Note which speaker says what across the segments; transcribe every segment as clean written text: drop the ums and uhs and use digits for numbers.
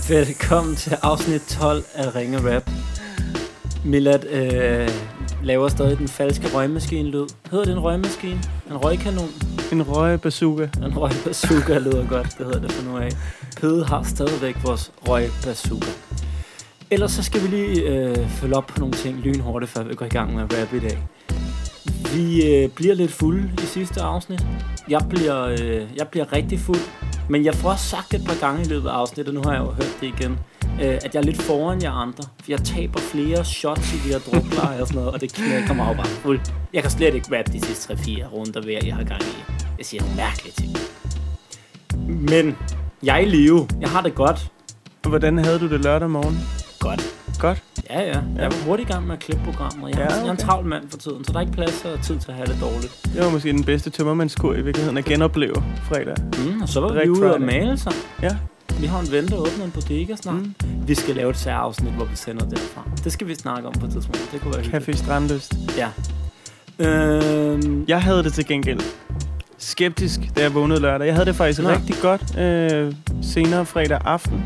Speaker 1: Velkommen til afsnit 12 af Ringe Rap. Milad laver stadig den falske røgmaskine-lyd. Hedder det en røgmaskine? En røgkanon?
Speaker 2: En røgbazooka.
Speaker 1: En røgbazooka lyder godt, det hedder det for nu af. Pede har stadigvæk vores røgbazooka. Ellers så skal vi lige følge op på nogle ting lynhurtigt, før vi går i gang med rap i dag. Vi bliver lidt fulde i sidste afsnit. Jeg bliver rigtig fuld. Men jeg får også sagt et par gange i løbet af afsnittet, nu har jeg jo hørt det igen, at jeg er lidt foran jer andre. For jeg taber flere shots i de her drukleje og sådan noget, og det knækker mig jo bare fuld. Jeg kan slet ikke rappe de sidste 3-4 runder hver, jeg har gang i. Jeg siger nogle mærkelige ting. Men jeg er i live. Jeg har det godt.
Speaker 2: Hvordan havde du det lørdag morgen?
Speaker 1: Godt.
Speaker 2: Godt?
Speaker 1: Ja. Jeg var hurtigt i gang med at klippe programmet. Jeg er en travl mand for tiden, så der er ikke plads og tid til at have det dårligt.
Speaker 2: Det var måske den bedste tømmermandskur i virkeligheden at genopleve fredag.
Speaker 1: Og så var vi ude og male sig.
Speaker 2: Ja.
Speaker 1: Vi har en ven, der åbner en bodega snart. Vi skal lave et særafsnit, hvor vi sender derfra. Det skal vi snakke om på et tidspunkt. Det kunne være hyggeligt.
Speaker 2: Café Strandlyst.
Speaker 1: Ja.
Speaker 2: Jeg havde det til gengæld skeptisk, da jeg vågnede lørdag. Jeg havde det faktisk rigtig godt senere fredag aften.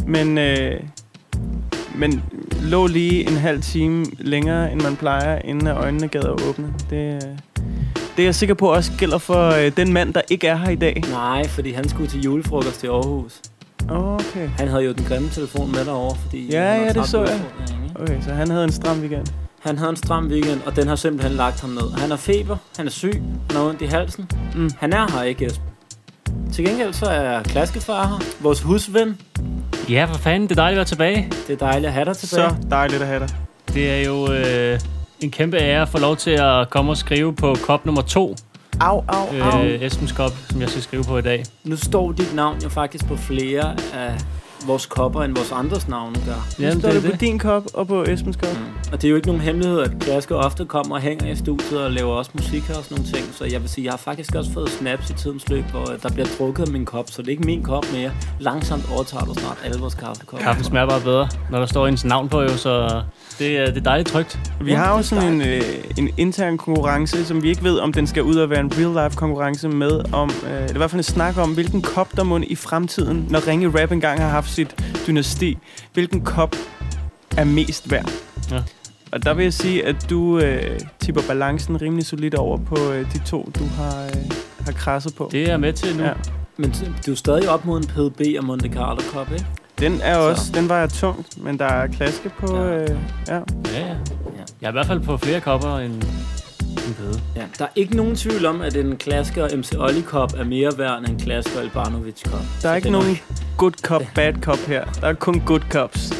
Speaker 2: Men lå lige en halv time længere, end man plejer, inden øjnene gad at åbne. Det er jeg sikker på også gælder for den mand, der ikke er her i dag.
Speaker 1: Nej, fordi han skulle til julefrokost i Aarhus.
Speaker 2: Okay.
Speaker 1: Han havde jo den grimme telefon med derovre, fordi...
Speaker 2: Ja, det så jeg. Okay, så han havde en stram weekend.
Speaker 1: Han havde en stram weekend, og den har simpelthen lagt ham ned. Han har feber, han er syg, han har ondt i halsen. Han er her ikke, Esben. Til gengæld så er Klaskefar her, vores husven.
Speaker 3: Ja, for fanden, det er dejligt at være tilbage.
Speaker 1: Det er dejligt at have dig tilbage.
Speaker 2: Så dejligt at have dig.
Speaker 3: Det er jo en kæmpe ære at få lov til at komme og skrive på kop nummer 2.
Speaker 2: Au.
Speaker 3: Esbens kop, som jeg skal skrive på i dag.
Speaker 1: Nu står dit navn jo faktisk på flere af vores kopper, end vores andres navne gør.
Speaker 2: Ja, nu står det på din kop og på Esbens kop.
Speaker 1: Og det er jo ikke nogen hemmelighed, at Klaske ofte kommer og hænger i studiet og laver også musik her og sådan nogle ting. Så jeg vil sige, jeg har faktisk også fået snaps i tidens løb, hvor der bliver drukket af min kop, så det er ikke min kop mere. Langsomt overtager du snart alle vores kaffekopper.
Speaker 3: Kaffen smager bare bedre, når der står ens navn på jo, så det er dejligt trygt.
Speaker 2: Vi har jo sådan en intern konkurrence, som vi ikke ved, om den skal ud og være en real-life konkurrence med, om, eller i hvert fald en snak om, hvilken kop der må i fremtiden, når Ringe Rap engang har haft sit dynasti, hvilken kop er mest værd. Ja. Og der vil jeg sige, at du tipper balancen rimelig solidt over på de to, du har krasset på.
Speaker 3: Det er jeg med til nu. Ja.
Speaker 1: Men du er stadig op mod en PDB og Monte Carlo kop, ikke?
Speaker 2: Den er også, den vejer tungt, men der er Klaske på, ja.
Speaker 3: Jeg er i hvert fald på flere kopper end Pede.
Speaker 1: Ja, der er ikke nogen tvivl om, at en Klaske og MC Olli kop er mere værd end en Klaske og Albanovic kop.
Speaker 2: Der er ikke nogen good cop, bad cop her. Der er kun good cops.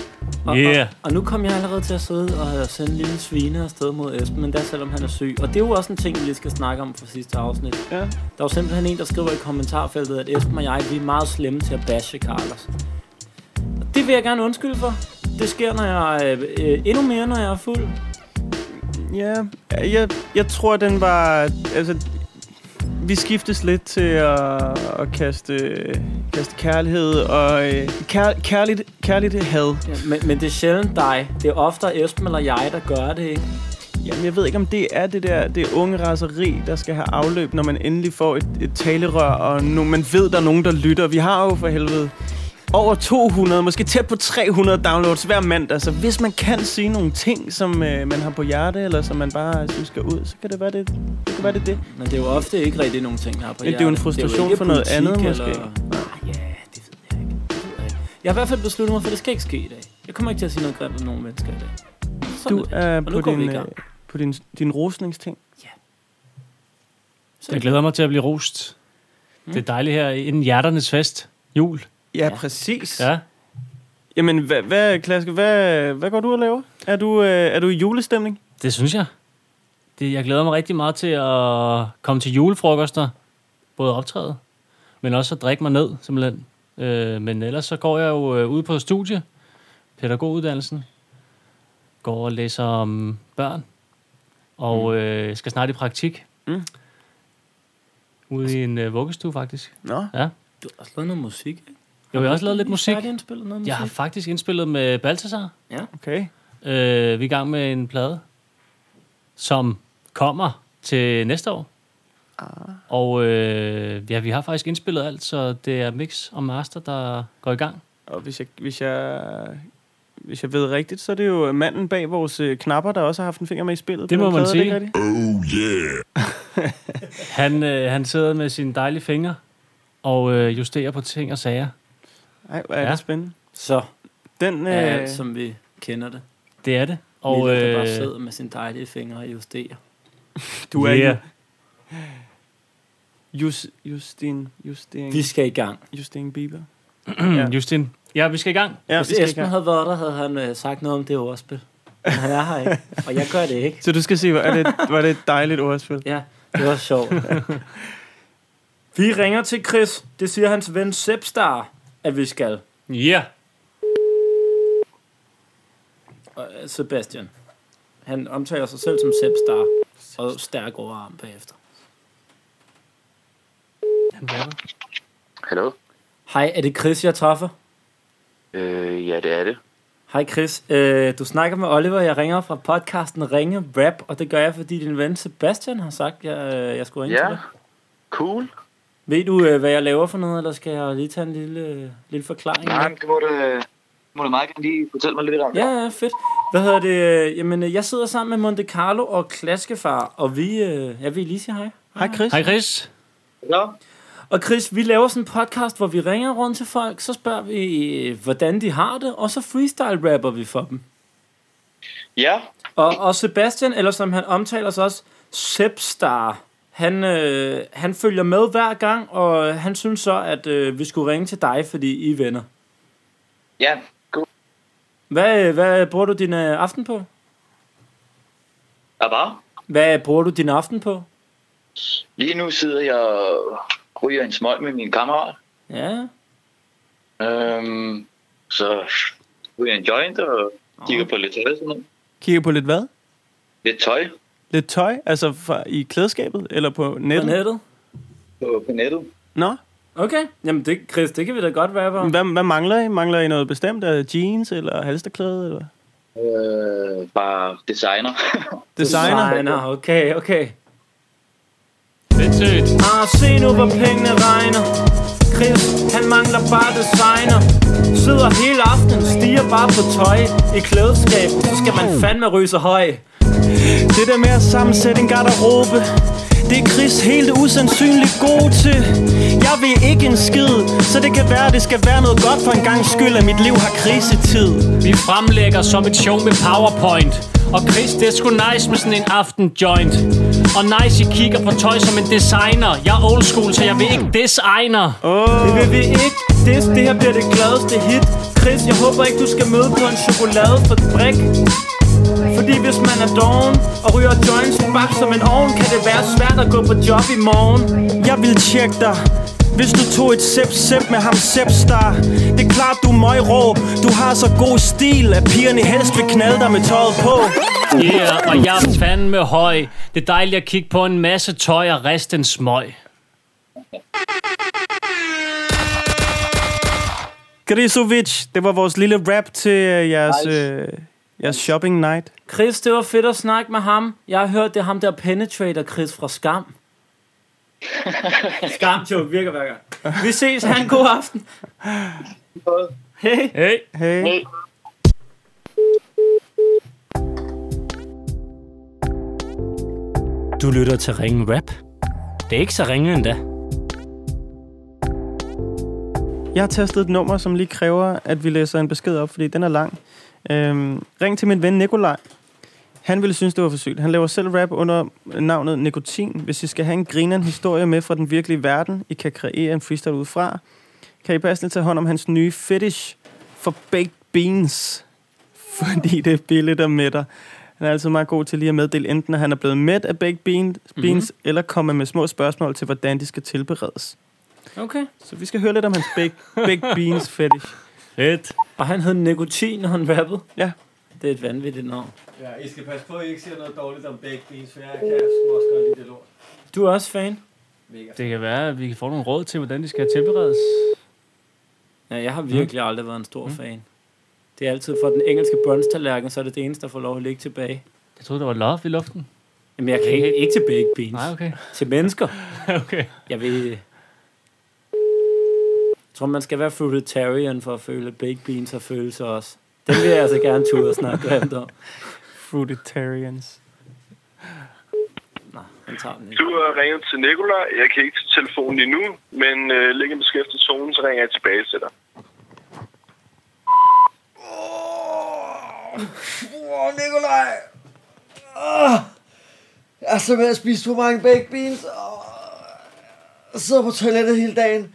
Speaker 1: Og nu kom jeg allerede til at sidde og sende en lille svine afsted mod Esben, men der selvom han er syg. Og det er jo også en ting, vi lige skal snakke om for sidste afsnit. Ja. Der er jo simpelthen en, der skriver i kommentarfeltet, at Esben og jeg, vi er meget slemme til at bashe Carlos. Og det vil jeg gerne undskylde for. Det sker, når jeg endnu mere, når jeg er fuld.
Speaker 2: Ja, jeg tror, den var... Altså, vi skiftes lidt til at kaste kærlighed og kærligt had.
Speaker 1: Ja, men det er sjældent dig. Det er oftere Esben eller jeg, der gør det, ikke?
Speaker 2: Jamen, jeg ved ikke, om det er det unge raseri, der skal have afløb, når man endelig får et talerør, og man ved, der er nogen, der lytter. Vi har jo for helvede over 200, måske tæt på 300 downloads hver mandag. Så hvis man kan sige nogle ting, som man har på hjerte, eller som man bare synes skal ud, så kan det være det.
Speaker 1: Men det er jo ofte ikke rigtig nogle ting, der har på hjerte.
Speaker 2: Det er jo en frustration for noget andet, måske.
Speaker 1: Ja, det ved jeg ikke. Jeg har i hvert fald besluttet mig, for det skal ikke ske i dag. Jeg kommer ikke til at sige noget grimt om nogen mennesker i dag.
Speaker 2: Du er på din rosningsting?
Speaker 1: Ja.
Speaker 3: Jeg glæder mig til at blive rost. Det er dejligt her inden hjerternes fest. Jul.
Speaker 2: Ja, præcis.
Speaker 3: Ja.
Speaker 2: Jamen, Klaske, hvad går du og laver? Er du i julestemning?
Speaker 3: Det synes jeg. Jeg glæder mig rigtig meget til at komme til julefrokoster. Både optræde, men også at drikke mig ned, simpelthen. Men ellers så går jeg jo ude på studie. Pædagoguddannelsen. Går og læser om børn. Og skal snart i praktik. Ude i en vuggestue, faktisk.
Speaker 2: Nå.
Speaker 3: Ja.
Speaker 1: Du har også lavet noget musik, ikke?
Speaker 3: Jo, jeg har også lavet lidt musik.
Speaker 1: Noget
Speaker 3: Jeg har faktisk indspillet med Balthazar.
Speaker 1: Ja.
Speaker 2: Okay.
Speaker 3: Vi er i gang med en plade, som kommer til næste år. Og vi har faktisk indspillet alt, så det er mix og master, der går i gang.
Speaker 2: Og hvis jeg ved rigtigt, så er det jo manden bag vores knapper, der også har haft en finger med i spillet.
Speaker 3: Det må man sige.
Speaker 4: Oh yeah!
Speaker 3: Han sidder med sine dejlige fingre og justerer på ting og sager.
Speaker 2: Ej, hvor er det spændende.
Speaker 1: Så
Speaker 2: Den,
Speaker 1: er alt, som vi kender det.
Speaker 3: Det er det. Og
Speaker 1: Mille, der bare sidder med sine dejlige fingre og justerer.
Speaker 2: du er
Speaker 3: yeah.
Speaker 2: Justin
Speaker 1: Vi skal i gang.
Speaker 2: Justin Bieber.
Speaker 3: Justin. Ja, vi skal i gang.
Speaker 2: Ja,
Speaker 1: Hvis Esben havde været der, havde han sagt noget om det ordspil. Men han er her ikke, og jeg gør det ikke.
Speaker 2: Så du skal se, var det et dejligt ordspil.
Speaker 1: Ja, det var sjovt. Vi ringer til Chris. Det siger hans ven Sepstar, at vi skal.
Speaker 3: Ja. Yeah.
Speaker 1: Og Sebastian. Han omtaler sig selv som Sepstar. Og stærk overarm bagefter.
Speaker 5: Hallo?
Speaker 1: Hej, er det Chris, jeg træffer?
Speaker 5: Ja, det er det.
Speaker 1: Hej Chris, du snakker med Oliver. Jeg ringer fra podcasten Ringe Rap, og det gør jeg, fordi din ven Sebastian har sagt, jeg skulle ringe til dig.
Speaker 5: Cool.
Speaker 1: Ved du, hvad jeg laver for noget, eller skal jeg lige tage en lille forklaring?
Speaker 5: Nej, det må du meget gerne lige fortælle mig lidt om.
Speaker 1: Ja, fedt. Hvad hedder det? Jamen, jeg sidder sammen med Monte Carlo og Klaskefar, og jeg vil lige sige hej.
Speaker 2: Hej Chris.
Speaker 3: Hej Chris.
Speaker 5: Ja.
Speaker 1: Og Chris, vi laver sådan en podcast, hvor vi ringer rundt til folk, så spørger vi, hvordan de har det, og så freestyle-rapper vi for dem.
Speaker 5: Ja.
Speaker 1: Og Sebastian, eller som han omtaler sig også, Sepstar, han følger med hver gang, og han synes så, at vi skulle ringe til dig, fordi I er venner.
Speaker 5: Ja, cool.
Speaker 1: Hvad bruger du din aften på? Hvad bruger du din aften på?
Speaker 5: Lige nu sidder jeg og ryger en smøg med min kammerat.
Speaker 1: Ja.
Speaker 5: Så ryger en joint og kigger på lidt tøj. Sådan noget.
Speaker 2: Kigger på lidt hvad?
Speaker 5: Lidt tøj
Speaker 2: Lidt tøj? Altså i klædeskabet? Eller på nettet?
Speaker 1: På nettet?
Speaker 5: på nettet.
Speaker 2: Nå.
Speaker 1: Okay. Jamen, Chris, det kan vi da godt rappe om.
Speaker 2: Hvad mangler I? Mangler I noget bestemt? Jeans eller halsterklæde? Eller?
Speaker 5: Bare designer.
Speaker 2: Designer?
Speaker 1: Okay.
Speaker 3: Sindssygt.
Speaker 1: Se nu, hvor pengene regner. Chris, han mangler bare designer. Sidder hele aftenen, stiger bare på tøj. I klædeskabet, så skal man fandme ryge så høj.
Speaker 2: Det der med at sammensætte en garderobe, det er Chris helt usandsynligt god til. Jeg ved ikke en skid, så det kan være, det skal være noget godt for en gang skyld, at mit liv har krisetid.
Speaker 3: Vi fremlægger som et show med PowerPoint. Og Chris, det er sgu nice med sådan en aftenjoint. Og nice, I kigger på tøj som en designer. Jeg er old school, så jeg vil ikke designer.
Speaker 1: Det vil vi ikke. Det her bliver det gladeste hit. Chris, jeg håber ikke, du skal møde på en chokoladefabrik. Fordi hvis man er doven og ryger joints bak som en ovn, kan det være svært at gå på job i morgen.
Speaker 2: Jeg vil tjekke dig, hvis du tog et sip med ham Sepstar. Det er klart, du er møgrå. Du har så god stil, at pigerne helst vil knalde dig med tøjet på.
Speaker 3: Yeah, og jeg er fandme høj. Det er dejligt at kigge på en masse tøj og riste en smøg.
Speaker 2: Grisovic, det var vores lille rap til jeres shopping night.
Speaker 1: Chris, det var fedt at snakke med ham. Jeg har hørt, det er ham der Penetrator Chris fra Skam. Skam joke virker hver gang. Vi ses, ha' en god aften. Hey.
Speaker 2: Hey.
Speaker 3: Du lytter til Ringe Rap. Det er ikke så ringe endda.
Speaker 2: Jeg har tastet et nummer, som lige kræver, at vi læser en besked op, fordi den er lang. Ring til min ven Nikolaj. Han ville synes, det var for sygt. Han laver selv rap under navnet Nikotin. Hvis I skal have en grineren historie med fra den virkelige verden, I kan kreere en freestyle ud fra, kan I passende tage hånd om hans nye fetish for baked beans. Fordi det er billigt og mætter. Han er altid meget god til lige at meddele, enten at han er blevet mæt af baked beans, eller komme med små spørgsmål til, hvordan de skal tilberedes.
Speaker 1: Okay.
Speaker 2: Så vi skal høre lidt om hans baked beans fetish.
Speaker 3: Fedt.
Speaker 1: Og han hed Nikotin, når han rappede.
Speaker 2: Ja.
Speaker 1: Det er et vanvittigt navn.
Speaker 6: Ja, I skal passe på, at I ikke siger noget dårligt om baked beans, for jeg kan sgu også godt lide det lort.
Speaker 1: Du er også fan?
Speaker 6: Mega.
Speaker 3: Det kan være, at vi kan få nogle råd til, hvordan de skal tilberedes.
Speaker 1: Ja, jeg har virkelig aldrig været en stor fan. Det er altid for den engelske brunch-tallerken, så er det det eneste, der får lov at ligge tilbage.
Speaker 3: Jeg troede, der var love i luften.
Speaker 1: Jamen, jeg kan ikke til baked beans.
Speaker 3: Nej, okay.
Speaker 1: Til mennesker.
Speaker 3: Okay.
Speaker 1: Jeg tror, man skal være fruitarian for at føle baked beans og følelser også. Den vil jeg altså gerne turde og snakke grimt om.
Speaker 2: Fruitarians.
Speaker 1: Nå, han tager den ikke.
Speaker 4: Du har ringet til Nikolaj. Jeg kan ikke til telefonen endnu, men læg en besked til zonen, så ringer jeg tilbage til dig.
Speaker 7: Nikolaj! Jeg har simpelthen spist for mange baked beans, og jeg sidder på toilettet hele dagen.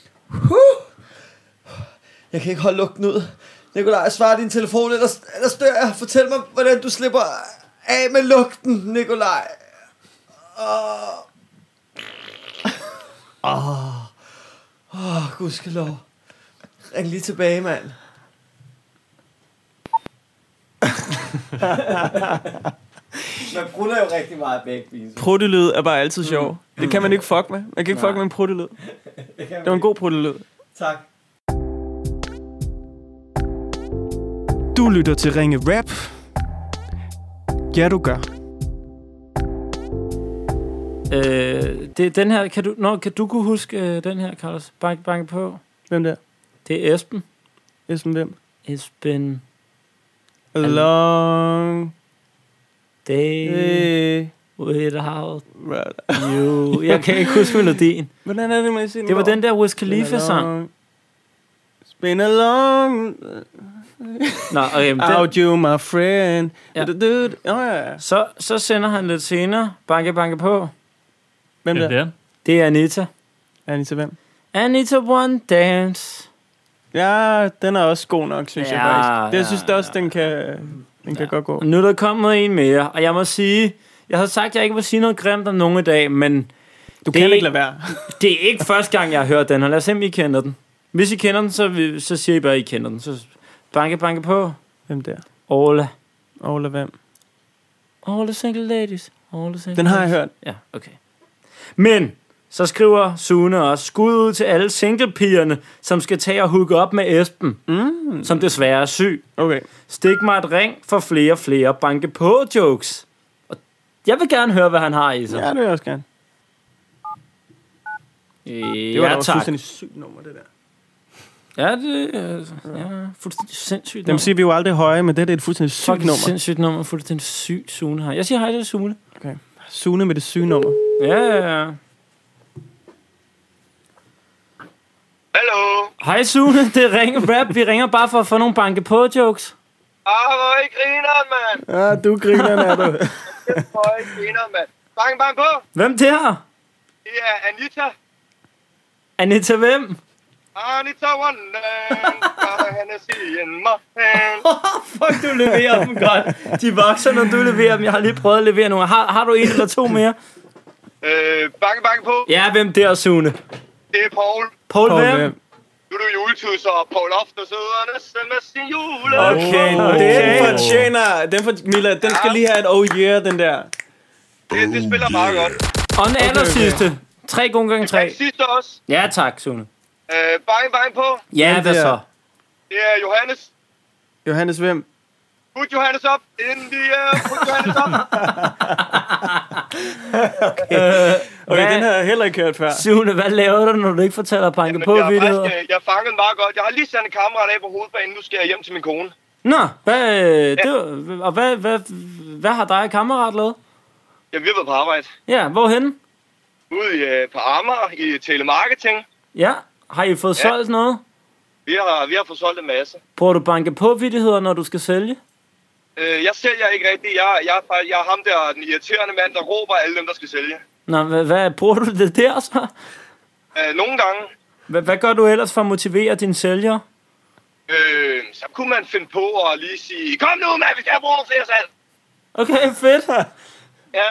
Speaker 7: Jeg kan ikke holde lugten ud. Nikolaj, svar din telefon, ellers dør jeg. Fortæl mig, hvordan du slipper af med lugten, Nikolaj. Gudskelov. Ring lige tilbage, mand. Man bruger jo rigtig meget baked beans.
Speaker 2: Pruttelyd er bare altid sjov. Det kan man ikke fuck med. Man kan ikke fuck med en pruttelyd. Det var en god pruttelyd.
Speaker 7: Tak.
Speaker 2: Du lytter til Ringe Rap. Ja, du gør.
Speaker 1: Den her, kan du kunne huske den her, Carlos? Banke på.
Speaker 2: Hvem der?
Speaker 1: Det er Esben.
Speaker 2: Esben hvem?
Speaker 1: Esben.
Speaker 2: Long
Speaker 1: Day without you. Jeg kan ikke huske melodien.
Speaker 2: Hvordan er det, man siger?
Speaker 1: Det var den der Wiz Khalifa-sang.
Speaker 2: Spin along.
Speaker 1: Nå, okay,
Speaker 2: Out you, my friend.
Speaker 1: Ja.
Speaker 2: Ja.
Speaker 1: Så sender han lidt senere. Banke på.
Speaker 2: Hvem der?
Speaker 1: Det er Anita.
Speaker 2: Anita hvem?
Speaker 1: Anita One Dance.
Speaker 2: Ja, den er også god nok, synes jeg faktisk. Det, jeg synes også, den kan godt gå.
Speaker 1: Nu er der kommet en mere, og jeg må sige, jeg har sagt, at jeg ikke vil sige noget grimt om nogen i dag, men
Speaker 2: du kan ikke lade være.
Speaker 1: Det er ikke første gang, jeg har hørt den her. Lad os se, om I kender den. Hvis I kender den, så siger I bare, at I kender den. Så banke på.
Speaker 2: Hvem der?
Speaker 1: Ola.
Speaker 2: Ola hvem?
Speaker 1: All the single ladies. All the single
Speaker 2: den har
Speaker 1: ladies.
Speaker 2: jeg hørt.
Speaker 1: Ja, okay. Men så skriver Sune også, skud ud til alle singlepigerne, som skal tage og hooke op med Esben, som desværre er syg.
Speaker 2: Okay.
Speaker 1: Stik mig et ring for flere banke på jokes. Og jeg vil gerne høre, hvad han har i sig.
Speaker 2: Ja, det vil jeg også gerne. Det var også fuldstændig sygt nummer, det der.
Speaker 1: Ja, det er fuldstændig sindssygt.
Speaker 2: Dem siger vi jo aldrig høje, men det er et fuldstændig sygt nummer.
Speaker 1: Sindssygt nummer, fuldstændig sygt Sune har. Jeg siger hej til Sune.
Speaker 2: Okay. Sune med det syge nummer.
Speaker 1: Ja.
Speaker 4: Hallo?
Speaker 1: Hej Sune, det er Ringe Rap. Vi ringer bare for at få nogle banke på jokes.
Speaker 4: Hvor I grineren, mand?
Speaker 2: Ja, du griner, er du.
Speaker 4: Hvor I grineren, mand? Banke på.
Speaker 1: Hvem det her?
Speaker 4: Det er Anita.
Speaker 1: Anita hvem?
Speaker 4: Anita One Dance. Hennessy in my hand.
Speaker 1: Fuck, du leverer dem godt. De vokser, når du leverer dem. Jeg har lige prøvet at levere nogle. Har du en eller to mere?
Speaker 4: Banke på.
Speaker 1: Ja, hvem der, Sune?
Speaker 4: Det er Paul.
Speaker 1: Paul hvem?
Speaker 4: Nu er du juletusser, og Paul Ofte sidder næsten med sin jule.
Speaker 2: Okay, den fortjener. Mila, den skal lige have et oh yeah, den der.
Speaker 4: Det spiller meget godt.
Speaker 1: Og den allersidste. 3 gange 3.
Speaker 4: Sidste også.
Speaker 1: Ja, tak, Sune.
Speaker 4: Banke på.
Speaker 1: Ja, hvad så?
Speaker 4: Det er Johannes.
Speaker 2: Johannes hvem?
Speaker 4: Put Johannes op. In the air. Put Johannes op.
Speaker 2: Okay, den har jeg heller ikke hørt før.
Speaker 1: Sune, hvad laver du, når du ikke fortæller banke på videoer?
Speaker 4: Jeg fangede meget godt. Jeg har lige sendt en kammerat af på hovedbanen. Nu skal jeg hjem til min kone.
Speaker 1: Nå, hvad har dig og kammerat lavet?
Speaker 4: Ja, vi har været på arbejde.
Speaker 1: Ja, hvorhenne?
Speaker 4: Ude på Amager i telemarketing.
Speaker 1: Ja, har I fået solgt noget?
Speaker 4: Vi har fået solgt en masse.
Speaker 1: Bruger du banke på vittigheder, når du skal sælge?
Speaker 4: Jeg sælger ikke rigtigt. Jeg er ham der, den irriterende mand, der råber alle dem, der skal sælge.
Speaker 1: Nå, hvad bruger du det der så?
Speaker 4: Nogle gange.
Speaker 1: Hvad gør du ellers for at motivere dine sælgere?
Speaker 4: Så kunne man finde på at lige sige, kom nu, mand, vi skal have brugt nogle flere salg.
Speaker 1: Okay, fedt.
Speaker 4: Ja.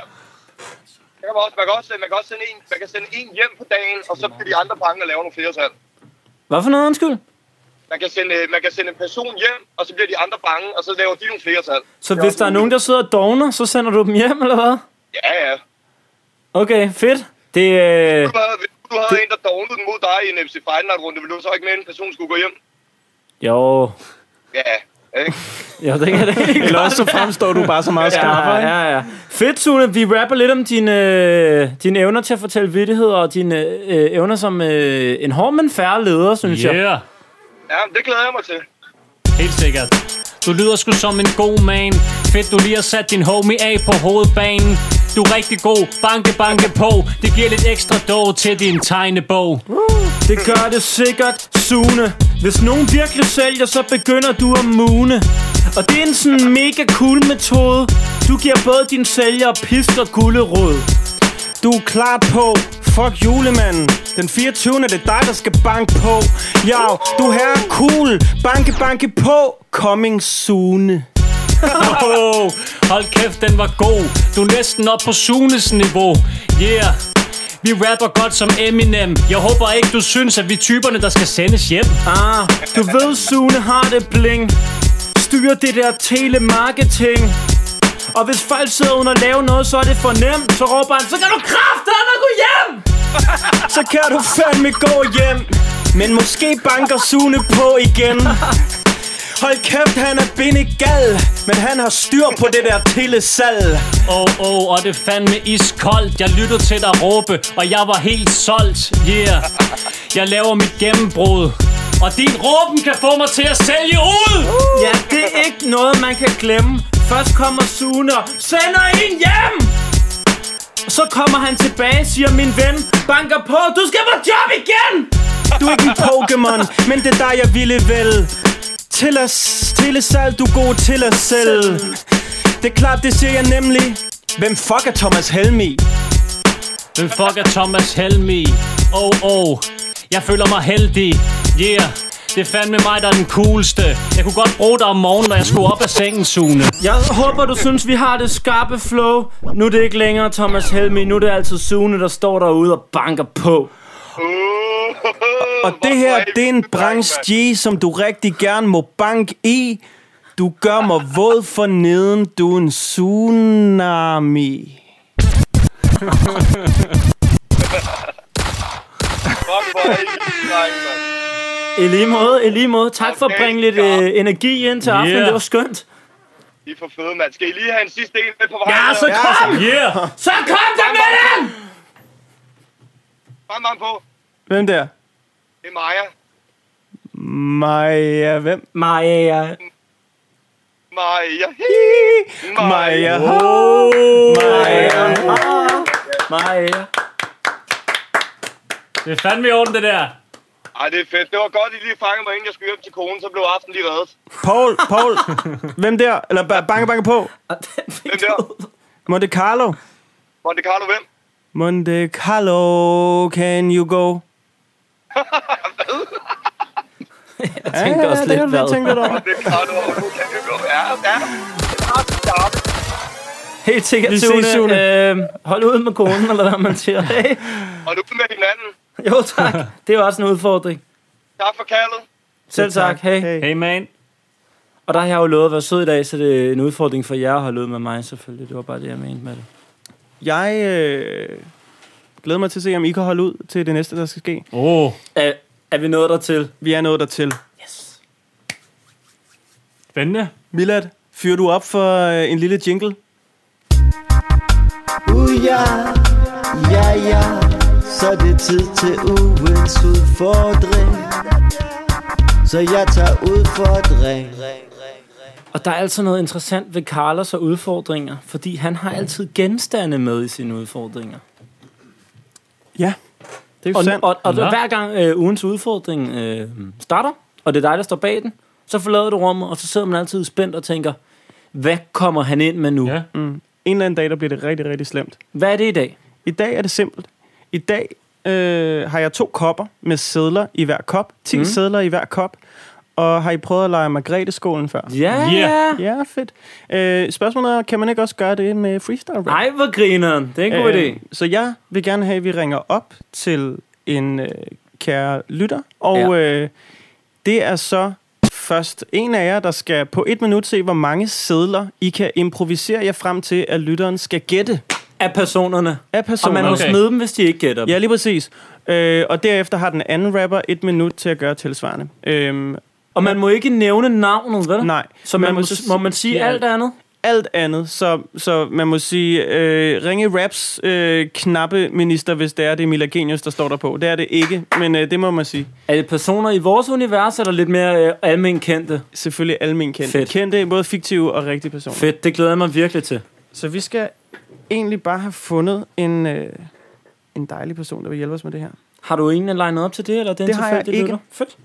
Speaker 4: Man kan sende en hjem på dagen, og så bliver de andre banker og lave nogle flere salg.
Speaker 1: Hvad for noget, undskyld?
Speaker 4: Man kan sende en person hjem, og så bliver de andre bange, og så laver de nogle flere salg.
Speaker 1: Så hvis der er nogen, der sidder og dogner, så sender du dem hjem, eller hvad?
Speaker 4: Ja.
Speaker 1: Okay, fedt. Det
Speaker 4: Du havde en, der dognede den mod dig i en FC Final runde, vil du så ikke med, en person skulle gå hjem?
Speaker 1: Jo.
Speaker 4: Ja, ikke?
Speaker 1: Ja, det kan det ikke.
Speaker 2: Eller også så fremstår du bare så meget skarpere, ikke?
Speaker 1: Ja. Fedt, Sune. Vi rapper lidt om dine evner til at fortælle vittigheder, og dine evner som en hård, men færre leder, synes jeg.
Speaker 3: Yeah.
Speaker 4: Ja, det glæder jeg mig til.
Speaker 3: Helt sikkert. Du lyder sgu som en god man. Fedt, du lige har sat din homie af på hovedbanen. Du er rigtig god. Banke på. Det giver lidt ekstra dog til din tegnebog.
Speaker 1: Det gør det sikkert, Sune. Hvis nogen virkelig sælger, så begynder du at mune. Og det er en sådan mega cool metode. Du giver både din sælger pisk og gullerod.
Speaker 2: Du er klart på. Fuck julemanden. Den 24. det er dig, der skal banke på. Ja, du her cool. Banke på. Coming soon.
Speaker 3: Hold kæft, den var god. Du er næsten op på Sunes niveau. Yeah. Vi rapper godt som Eminem. Jeg håber ikke, du synes, at vi typerne, der skal sendes hjem.
Speaker 1: Du ved, Sune har det bling. Styrer det der telemarketing. Og hvis folk sidder uden at lave noget, så er det for nemt. Så råber han, så kan du kraftedeme gå hjem.
Speaker 2: Så kan du fandme gå hjem. Men måske banker Sune på igen. Hold kæft, han er bindegal. Men han har styr på det der telesal.
Speaker 3: Og det er fandme iskoldt. Jeg lyttede til dig råbe, og jeg var helt solgt. Yeah. Jeg laver mit gennembrud, og din råben kan få mig til at sælge ud.
Speaker 1: Ja, det er ikke noget, man kan glemme. Først kommer Sune og sender en hjem. Så kommer han tilbage og siger, min ven, banker på, du skal på job igen.
Speaker 2: Du er ikke en Pokémon, men det er dig, jeg ville vel. Telesal, du er god til at sælge. Det er klart, det siger jeg nemlig. Hvem fuck er Thomas Helmig?
Speaker 3: Hvem fuck er Thomas Helmig? Jeg føler mig heldig. Yeah. Det er fandme mig, der er den coolste. Jeg kunne godt bruge dig om morgenen, når jeg skulle op af sengen, Sune.
Speaker 1: Jeg håber, du synes, vi har det skarpe flow. Nu er det ikke længere Thomas Helmig. Nu er det altid Sune, der står derude og banker på.
Speaker 2: Og det her, det er en branche G, som du rigtig gerne må banke i. Du gør mig våd for neden. Du er en tsunami.
Speaker 1: I lige måde. Tak for at bringe lidt energi ind til aftenen. Det var skønt.
Speaker 4: I er for fede, mand. Skal I lige have en sidste en med på vejen?
Speaker 1: Ja, så kom!
Speaker 3: Yeah.
Speaker 1: Så kom der med den!
Speaker 4: Kom på.
Speaker 2: Hvem der?
Speaker 4: Det er Maja.
Speaker 2: Maja, hvem?
Speaker 1: Maja.
Speaker 2: Maja.
Speaker 1: Maja.
Speaker 3: Det er fandme i orden, det der.
Speaker 4: Ej, det er fedt. Det var godt, I lige fangede mig, inden jeg skulle hjem til konen, så blev aften lige reddet.
Speaker 2: Paul. Hvem der? Eller banke på?
Speaker 4: Hvem der?
Speaker 2: Monte Carlo.
Speaker 4: Monte Carlo, hvem?
Speaker 2: Monte Carlo, can you go?
Speaker 1: Jeg tænkte også lidt, hvad.
Speaker 4: Monte Carlo, can you go? Ja.
Speaker 1: Helt sikkert,
Speaker 2: Vi ses,
Speaker 1: Sune. Hold ud med konen, eller hvad man siger. Hey.
Speaker 4: Og du med hinanden.
Speaker 1: Jo, tak. Det er også en udfordring.
Speaker 4: Tak for kaldet.
Speaker 1: Selv tak. Hey.
Speaker 3: Hey, man.
Speaker 1: Og der har jeg jo lovet at være sød i dag, så det er en udfordring for jer at holde ud med mig, selvfølgelig. Det var bare det, jeg mente med det.
Speaker 2: Jeg glæder mig til at se, om I kan holde ud til det næste, der skal ske.
Speaker 1: Er vi nået dertil?
Speaker 2: Vi er nået dertil.
Speaker 1: Yes.
Speaker 3: Spændende.
Speaker 2: Milad, fyrer du op for en lille jingle?
Speaker 8: Ja, så er det tid til ugens udfordring. Så jeg tager udfordring.
Speaker 1: Og der er altså noget interessant ved Carlos og udfordringer, fordi han har altid genstande med i sine udfordringer.
Speaker 2: Ja, det er jo sandt.
Speaker 1: Og hver gang ugens udfordring starter, og det er dig, der står bag den, så forlader du rummet, og så sidder man altid spændt og tænker, hvad kommer han ind med nu?
Speaker 3: Ja.
Speaker 2: En eller anden dag, der bliver det rigtig, rigtig slemt.
Speaker 1: Hvad er det i dag?
Speaker 2: I dag er det simpelt. I dag har jeg 2 kopper med sedler i hver kop. 10 sedler i hver kop. Og har I prøvet at lege Margrethe-skålen før?
Speaker 1: Ja.
Speaker 2: Ja, fedt. Spørgsmålet er, kan man ikke også gøre det med freestyle rap?
Speaker 1: Ej, hvor grineren. Det er en god idé.
Speaker 2: Så jeg vil gerne have, at vi ringer op til en kære lytter. Og det er så først en af jer, der skal på 1 minut se, hvor mange sedler I kan improvisere jer frem til, at lytteren skal gætte.
Speaker 1: Af personerne. Og man må smide dem, hvis de ikke gætter dem.
Speaker 2: Ja, lige præcis. Og derefter har den anden rapper 1 minut til at gøre tilsvarende.
Speaker 1: Og man må ikke nævne navnet, vel?
Speaker 2: Nej.
Speaker 1: Så må man sige alt andet?
Speaker 2: Alt andet, så man må sige Ringe Raps knappe minister, hvis det er Mila Genius, der står der på. Det er det ikke, men det må man sige.
Speaker 1: Er det personer i vores univers, eller lidt mere almen kendte?
Speaker 2: Selvfølgelig almen kendte.
Speaker 1: Fedt.
Speaker 2: Kendte, både fiktive og rigtige personer.
Speaker 1: Fedt, det glæder jeg mig virkelig til.
Speaker 2: Så vi skal egentlig bare have fundet en dejlig person, der vil hjælpe os med det her.
Speaker 1: Har du egentlig legnet op til det, eller den
Speaker 2: det har jeg ikke.
Speaker 1: Fedt.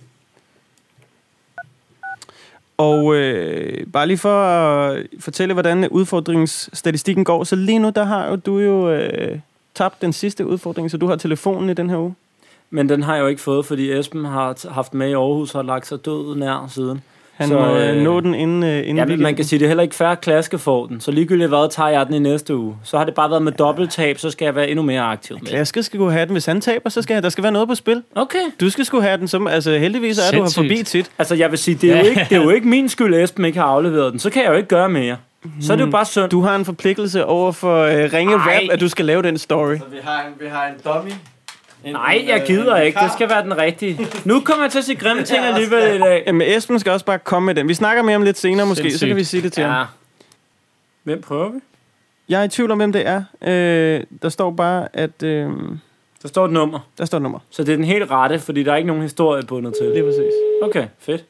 Speaker 2: Og bare lige for at fortælle, hvordan udfordringsstatistikken går. Så lige nu, der har du tabt den sidste udfordring, så du har telefonen i den her uge.
Speaker 1: Men den har jeg jo ikke fået, fordi Esben har haft med i Aarhus og har lagt sig død nær siden.
Speaker 2: Han må nå den inden
Speaker 1: ja, man kan sige, det er heller ikke fair klaske for den. Så ligegyldigt hvad, tager jeg den i næste uge. Så har det bare været med dobbelttab, så skal jeg være endnu mere aktiv med.
Speaker 2: Klaske skal gå have den, hvis han taber, så skal der skal være noget på spil.
Speaker 1: Okay.
Speaker 2: Du skal sgu have den, som altså heldigvis er du har forbi tit.
Speaker 1: Altså jeg vil sige, det er jo ikke min skyld, at Esben ikke har afleveret den. Så kan jeg jo ikke gøre mere. Så er det jo bare synd.
Speaker 2: Du har en forpligtelse over for Ringe Rap, at du skal lave den story.
Speaker 7: Så vi har en dummy.
Speaker 1: Nej, jeg gider ikke. Det skal være den rigtige. Nu kommer jeg til at sige grimme ting alligevel i dag.
Speaker 2: Jamen, Esben skal også bare komme med den. Vi snakker mere om lidt senere måske, sindssygt. Så kan vi sige det til ham.
Speaker 1: Hvem prøver vi?
Speaker 2: Jeg er i tvivl om, hvem det er. Der står bare, at...
Speaker 1: Der står et nummer.
Speaker 2: Der står et nummer.
Speaker 1: Så det er den helt rette, fordi der er ikke nogen historie bundet til.
Speaker 2: Det er præcis.
Speaker 1: Okay, fedt.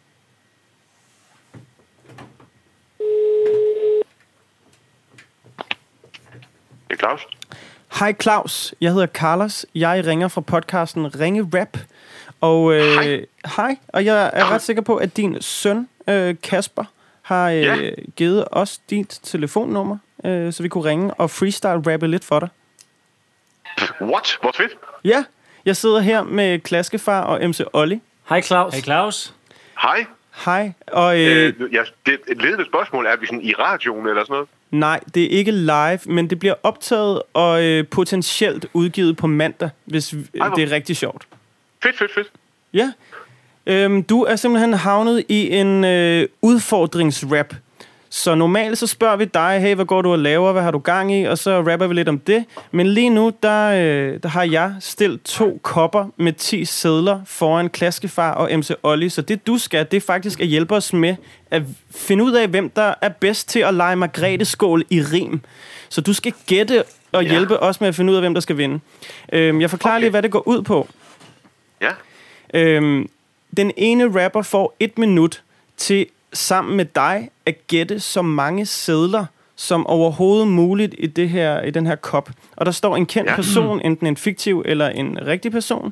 Speaker 4: Det er Claus.
Speaker 2: Hej Claus, jeg hedder Carlos. Jeg ringer fra podcasten Ringe Rap. Og hej. Og jeg er ret sikker på, at din søn Kasper har givet os dit telefonnummer, så vi kunne ringe og freestyle-rappe lidt for dig.
Speaker 4: What? Hvor fedt.
Speaker 2: Ja, jeg sidder her med Klaskefar og MC Olli.
Speaker 1: Hej Claus.
Speaker 3: Hej Claus.
Speaker 4: Hej.
Speaker 2: Hej. Og,
Speaker 4: det er et ledende spørgsmål. Er vi sådan i radioen eller sådan noget?
Speaker 2: Nej, det er ikke live, men det bliver optaget og potentielt udgivet på mandag, hvis det er rigtig sjovt.
Speaker 4: Fedt.
Speaker 2: Ja. Du er simpelthen havnet i en udfordringsrap. Så normalt så spørger vi dig, hey, hvad går du og laver, hvad har du gang i? Og så rapper vi lidt om det. Men lige nu, der har jeg stillet 2 kopper med 10 sedler foran Klaskefar og MC Olli. Så det du skal, det er faktisk at hjælpe os med at finde ud af, hvem der er bedst til at lege Margrethe-skål i rim. Så du skal gætte og hjælpe os med at finde ud af, hvem der skal vinde. Jeg forklarer lige, hvad det går ud på.
Speaker 4: Ja.
Speaker 2: Den ene rapper får 1 minut til sammen med dig at gætte så mange sedler som overhovedet muligt i den her kop. Og der står en kendt person, enten en fiktiv eller en rigtig person.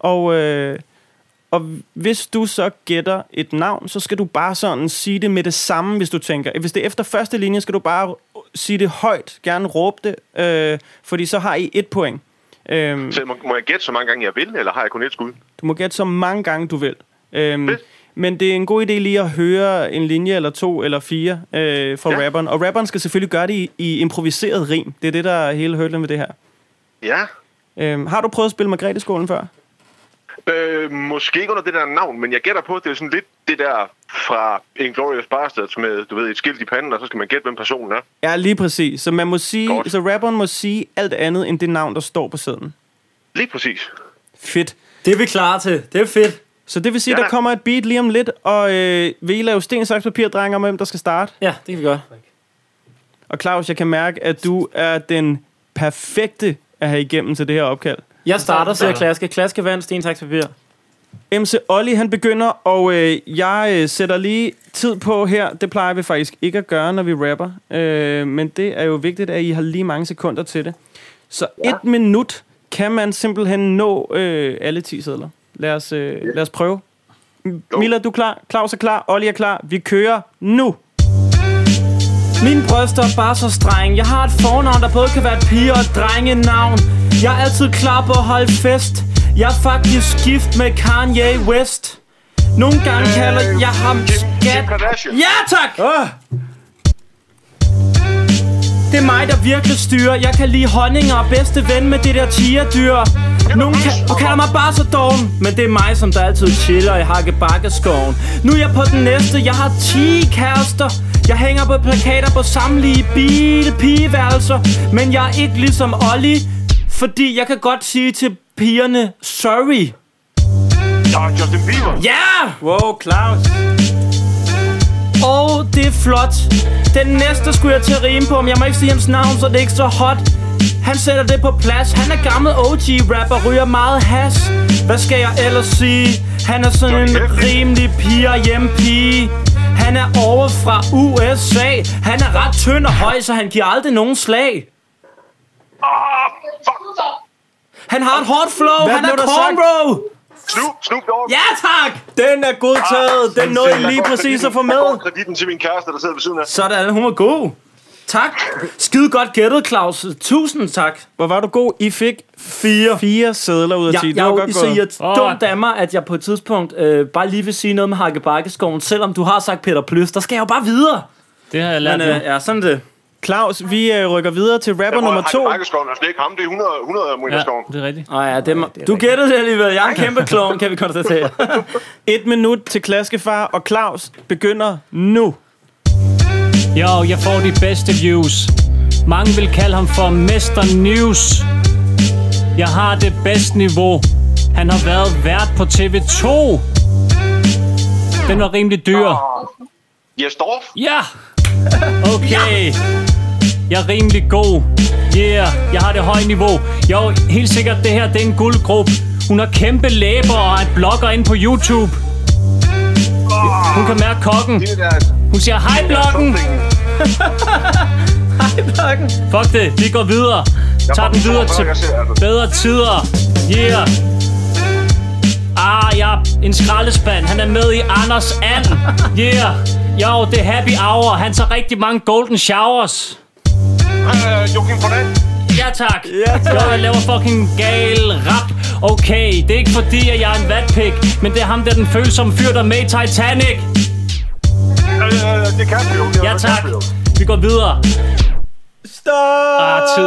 Speaker 2: Og hvis du så gætter et navn, så skal du bare sådan sige det med det samme, hvis du tænker. Hvis det er efter første linje, skal du bare sige det højt, gerne råbe det, fordi så har I 1 point.
Speaker 4: Så må jeg gætte så mange gange, jeg vil, eller har jeg kun 1 skud?
Speaker 2: Du må gætte så mange gange, du vil. Men det er en god idé lige at høre en linje eller 2 eller 4 fra rapperen. Og rapperen skal selvfølgelig gøre det i improviseret rim. Det er det, der er hele hurdlen med det her.
Speaker 4: Ja.
Speaker 2: Har du prøvet at spille Margrethe-skålen før?
Speaker 4: Måske ikke under det der navn, men jeg gætter på, at det er sådan lidt det der fra Inglourious Basterds med, du ved, et skilt i panden, og så skal man gætte, hvem personen er.
Speaker 2: Ja, lige præcis. Så man må sige, så rapperen må sige alt andet end det navn, der står på sedlen.
Speaker 4: Lige præcis.
Speaker 2: Fedt.
Speaker 1: Det er vi klar til. Det er fedt.
Speaker 2: Så det vil sige, at der kommer et beat lige om lidt, og vil I lave sten, saks, papir, drenge, om hvem der skal starte?
Speaker 1: Ja, det kan vi gøre.
Speaker 2: Og Claus, jeg kan mærke, at du er den perfekte at have igennem til det her opkald.
Speaker 1: Jeg starter, siger Klaske. Klaske vand, sten, saks, papir.
Speaker 2: MC Olli, han begynder, og jeg sætter lige tid på her. Det plejer vi faktisk ikke at gøre, når vi rapper. Men det er jo vigtigt, at I har lige mange sekunder til det. Så 1 minut kan man simpelthen nå alle 10 sedler. Lad os prøve. Mila, du er klar? Claus er klar? Olli er klar? Vi kører nu!
Speaker 1: Min bryst er bare så streng. Jeg har et fornavn, der både kan være et pige og et drengenavn. Jeg er altid klar på at holde fest. Jeg er faktisk gift med Kanye West. Nogle gange kalder jeg ham skat. Ja, tak! Det er mig, der virkelig styrer. Jeg kan lide honninger og bedste ven med det der tigerdyr. Nogen kalder mig bare så doven, men det er mig, som der altid chiller i Hakkebakkeskoven. Nu er jeg på den næste, jeg har 10 kærester. Jeg hænger på plakater på samtlige pigeværelser. Men jeg er ikke ligesom Olli, fordi jeg kan godt sige til pigerne sorry.
Speaker 4: Justin Bieber.
Speaker 1: Ja!
Speaker 2: Wow, Claus.
Speaker 1: Og det er flot. Den næste skulle jeg til at rime på, men jeg må ikke sige hans navn, så det er ikke så hot. Han sætter det på plads. Han er gammel OG-rapper, ryger meget hash. Hvad skal jeg ellers sige? Han er sådan en rimelig piger-hjem-pige. Han er over fra USA. Han er ret tynd og høj, så han giver aldrig nogen slag. Han har et hårdt flow. Han er cornrow.
Speaker 4: Snoop Dogg.
Speaker 1: Ja, tak!
Speaker 2: Den er godtaget. Den nåede jeg lige præcis at få med.
Speaker 4: Jeg får kreditten til min kæreste, der sidder ved siden af.
Speaker 1: Sådan, hun var god. Tak. Skide godt gættet, Claus. Tusind tak.
Speaker 2: Hvor var du god? I fik 4 sedler ud af 10. Det var godt
Speaker 1: så
Speaker 2: gået.
Speaker 1: jeg dumt af mig, at jeg på et tidspunkt bare lige vil sige noget med Hakkebakkeskoven. Selvom du har sagt Peter Plys, der skal jeg jo bare videre.
Speaker 3: Det har jeg lært nu.
Speaker 1: Ja, sådan det.
Speaker 2: Claus, vi rykker videre til rapper nummer 2.
Speaker 4: Hakkebakkeskoven er slet ikke ham, det er 100 meter skoven.
Speaker 3: Det er rigtigt.
Speaker 1: Du gættede det alligevel. Jeg er en kæmpe klovn, kan vi konstatere.
Speaker 2: 1 minut til Klaskefar, og Claus begynder nu.
Speaker 3: Jo, jeg får de bedste views. Mange vil kalde ham for Mr. News. Jeg har det bedste niveau. Han har været vært på TV2. Den var rimelig dyr.
Speaker 4: Jesdorf?
Speaker 3: Ja! Okay. Jeg er rimelig god. Yeah, jeg har det høje niveau. Jo, helt sikkert det her, det er en guldgruppe. Hun har kæmpe læber og er blogger inde på YouTube. Hun kan mærke kokken. Hun siger, hej bloggen.
Speaker 1: Hej bloggen.
Speaker 3: Fuck det, vi går videre. Tager den videre til bedre tider. Yeah. Jeg er en skraldespand. Han er med i Anders And. Yeah. Jo, det er happy hour. Han tager rigtig mange golden showers.
Speaker 4: Joachim Fornat?
Speaker 3: Ja tak. Jo, jeg laver fucking gal rap. Okay, det er ikke fordi, at jeg er en vatpik, men det er ham der, den følsomme fyr, der er med i Titanic.
Speaker 4: Det kan vi jo.
Speaker 3: Ja tak. Vi går videre.
Speaker 2: Stop!
Speaker 3: Tid.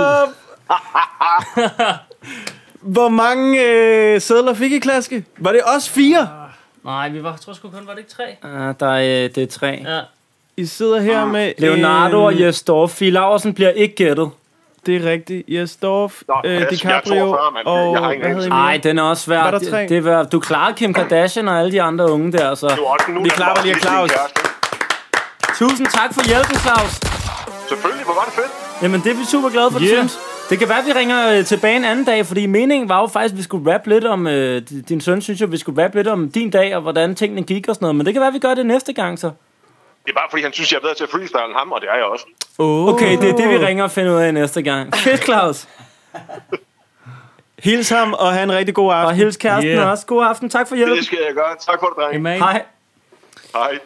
Speaker 2: Hvor mange sedler fik I, Klaske? Var det også 4?
Speaker 3: Nej, jeg tror sgu kun, var det ikke 3?
Speaker 1: Det er 3.
Speaker 3: Ja.
Speaker 2: I sidder her med
Speaker 1: Leonardo og Jesdorf. Fie Laursen bliver ikke gættet.
Speaker 2: Det er rigtigt. Jesdorf,
Speaker 4: jeg
Speaker 2: DiCaprio
Speaker 4: tror før, man.
Speaker 2: og...
Speaker 4: Jeg har
Speaker 2: Hvad hedder I
Speaker 1: Nej, den er også svær.
Speaker 2: Var der 3?
Speaker 1: Det er, du klarer Kim Kardashian og alle de andre unge der, så...
Speaker 2: Vi klapper lige af Claus.
Speaker 1: Tusind tak for hjælpen, Claus.
Speaker 4: Selvfølgelig, hvor var det fedt.
Speaker 1: Jamen, det er vi super glade for, du synes. Det kan være, at vi ringer tilbage en anden dag, fordi meningen var jo faktisk, at vi skulle rappe lidt om... din søn synes jo, at vi skulle rappe lidt om din dag, og hvordan tingene gik og sådan noget. Men det kan være, at vi gør det næste gang, så.
Speaker 4: Det er bare fordi, han synes, jeg er bedre til at freestyle end ham, og det er jeg også.
Speaker 1: Okay, det er det, vi ringer og finder ud af næste gang. Fedt, Claus.
Speaker 2: Hils ham, og have en rigtig god aften.
Speaker 1: Og hils kæresten også. God aften. Tak for hjælpen.
Speaker 4: Det skal jeg gøre. Tak for det, drenge.
Speaker 1: Hej.
Speaker 4: Hej.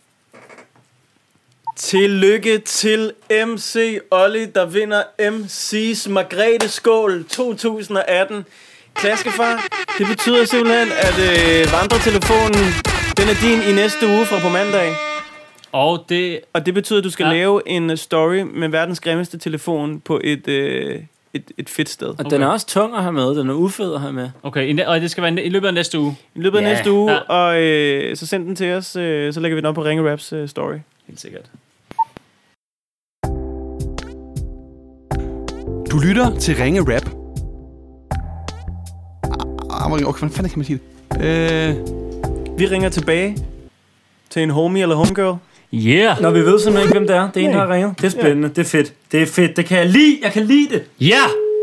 Speaker 2: Tillykke til MC Olli, der vinder MC's Margrethe Skål 2018. Klaskefar, det betyder simpelthen, at vandretelefonen, den er din i næste uge fra på mandag.
Speaker 3: Og det
Speaker 2: betyder, at du skal lave en story med verdens grimmeste telefon på et fedt sted.
Speaker 1: Og den er også tung at have med. Den er ufed at have med.
Speaker 3: Okay, og det skal være i løbet af næste uge.
Speaker 2: I løbet af næste uge, og så send den til os, så lægger vi den op på Ringe Raps story.
Speaker 3: Helt sikkert.
Speaker 9: Du lytter til Ringe Rap. Okay, hvordan fanden kan man sige det?
Speaker 2: Vi ringer tilbage til en homie eller homegirl.
Speaker 3: Yeah.
Speaker 1: Når vi ved simpelthen ikke, hvem det er. Det er en, der har ringet. Det er spændende. Det er fedt. Det er fedt. Det kan jeg lide. Jeg kan lide det.
Speaker 3: Ja!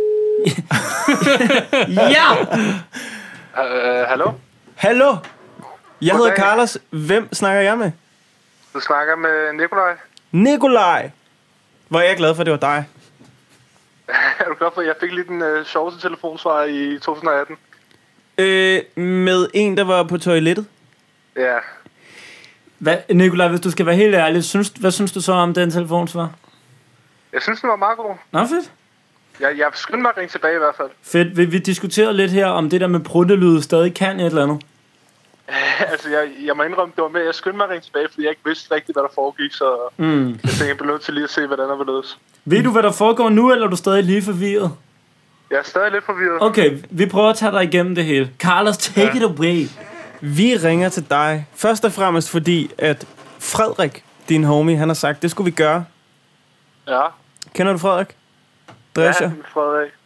Speaker 1: Ja!
Speaker 4: Hallo?
Speaker 2: Hallo? Jeg hedder Carlos. Hvem snakker jeg med?
Speaker 4: Du snakker med Nikolaj.
Speaker 2: Nikolaj! Hvor er jeg glad for, at det var dig.
Speaker 4: Er du glad for, at jeg fik lige den sjoveste telefonsvar i 2018?
Speaker 2: Med en, der var på toilettet?
Speaker 4: Ja.
Speaker 1: Nikolaj, hvis du skal være helt ærlig, hvad synes du så om den telefonsvar?
Speaker 4: Jeg synes, den var meget god.
Speaker 1: Nå, fedt.
Speaker 4: Jeg skyndte mig at ringe tilbage i hvert fald.
Speaker 1: Fedt. Vi diskuterede lidt her, om det der med pruttelyde stadig kan et eller andet.
Speaker 4: Altså, jeg må indrømme, det var med, jeg skyndte mig at ringe tilbage, fordi jeg ikke vidste rigtigt, hvad der foregik, så jeg tænkte, jeg blev nødt til lige at se, hvordan der var ledes.
Speaker 1: Ved du, hvad der foregår nu, eller er du stadig lige forvirret?
Speaker 4: Jeg er stadig lidt forvirret.
Speaker 1: Okay, vi prøver at tage dig igennem det hele. Carlos, take it away.
Speaker 2: Vi ringer til dig, først og fremmest fordi, at Frederik, din homie, han har sagt, det skulle vi gøre.
Speaker 4: Ja.
Speaker 2: Kender du Frederik? Drescher?
Speaker 4: Ja, Frederik.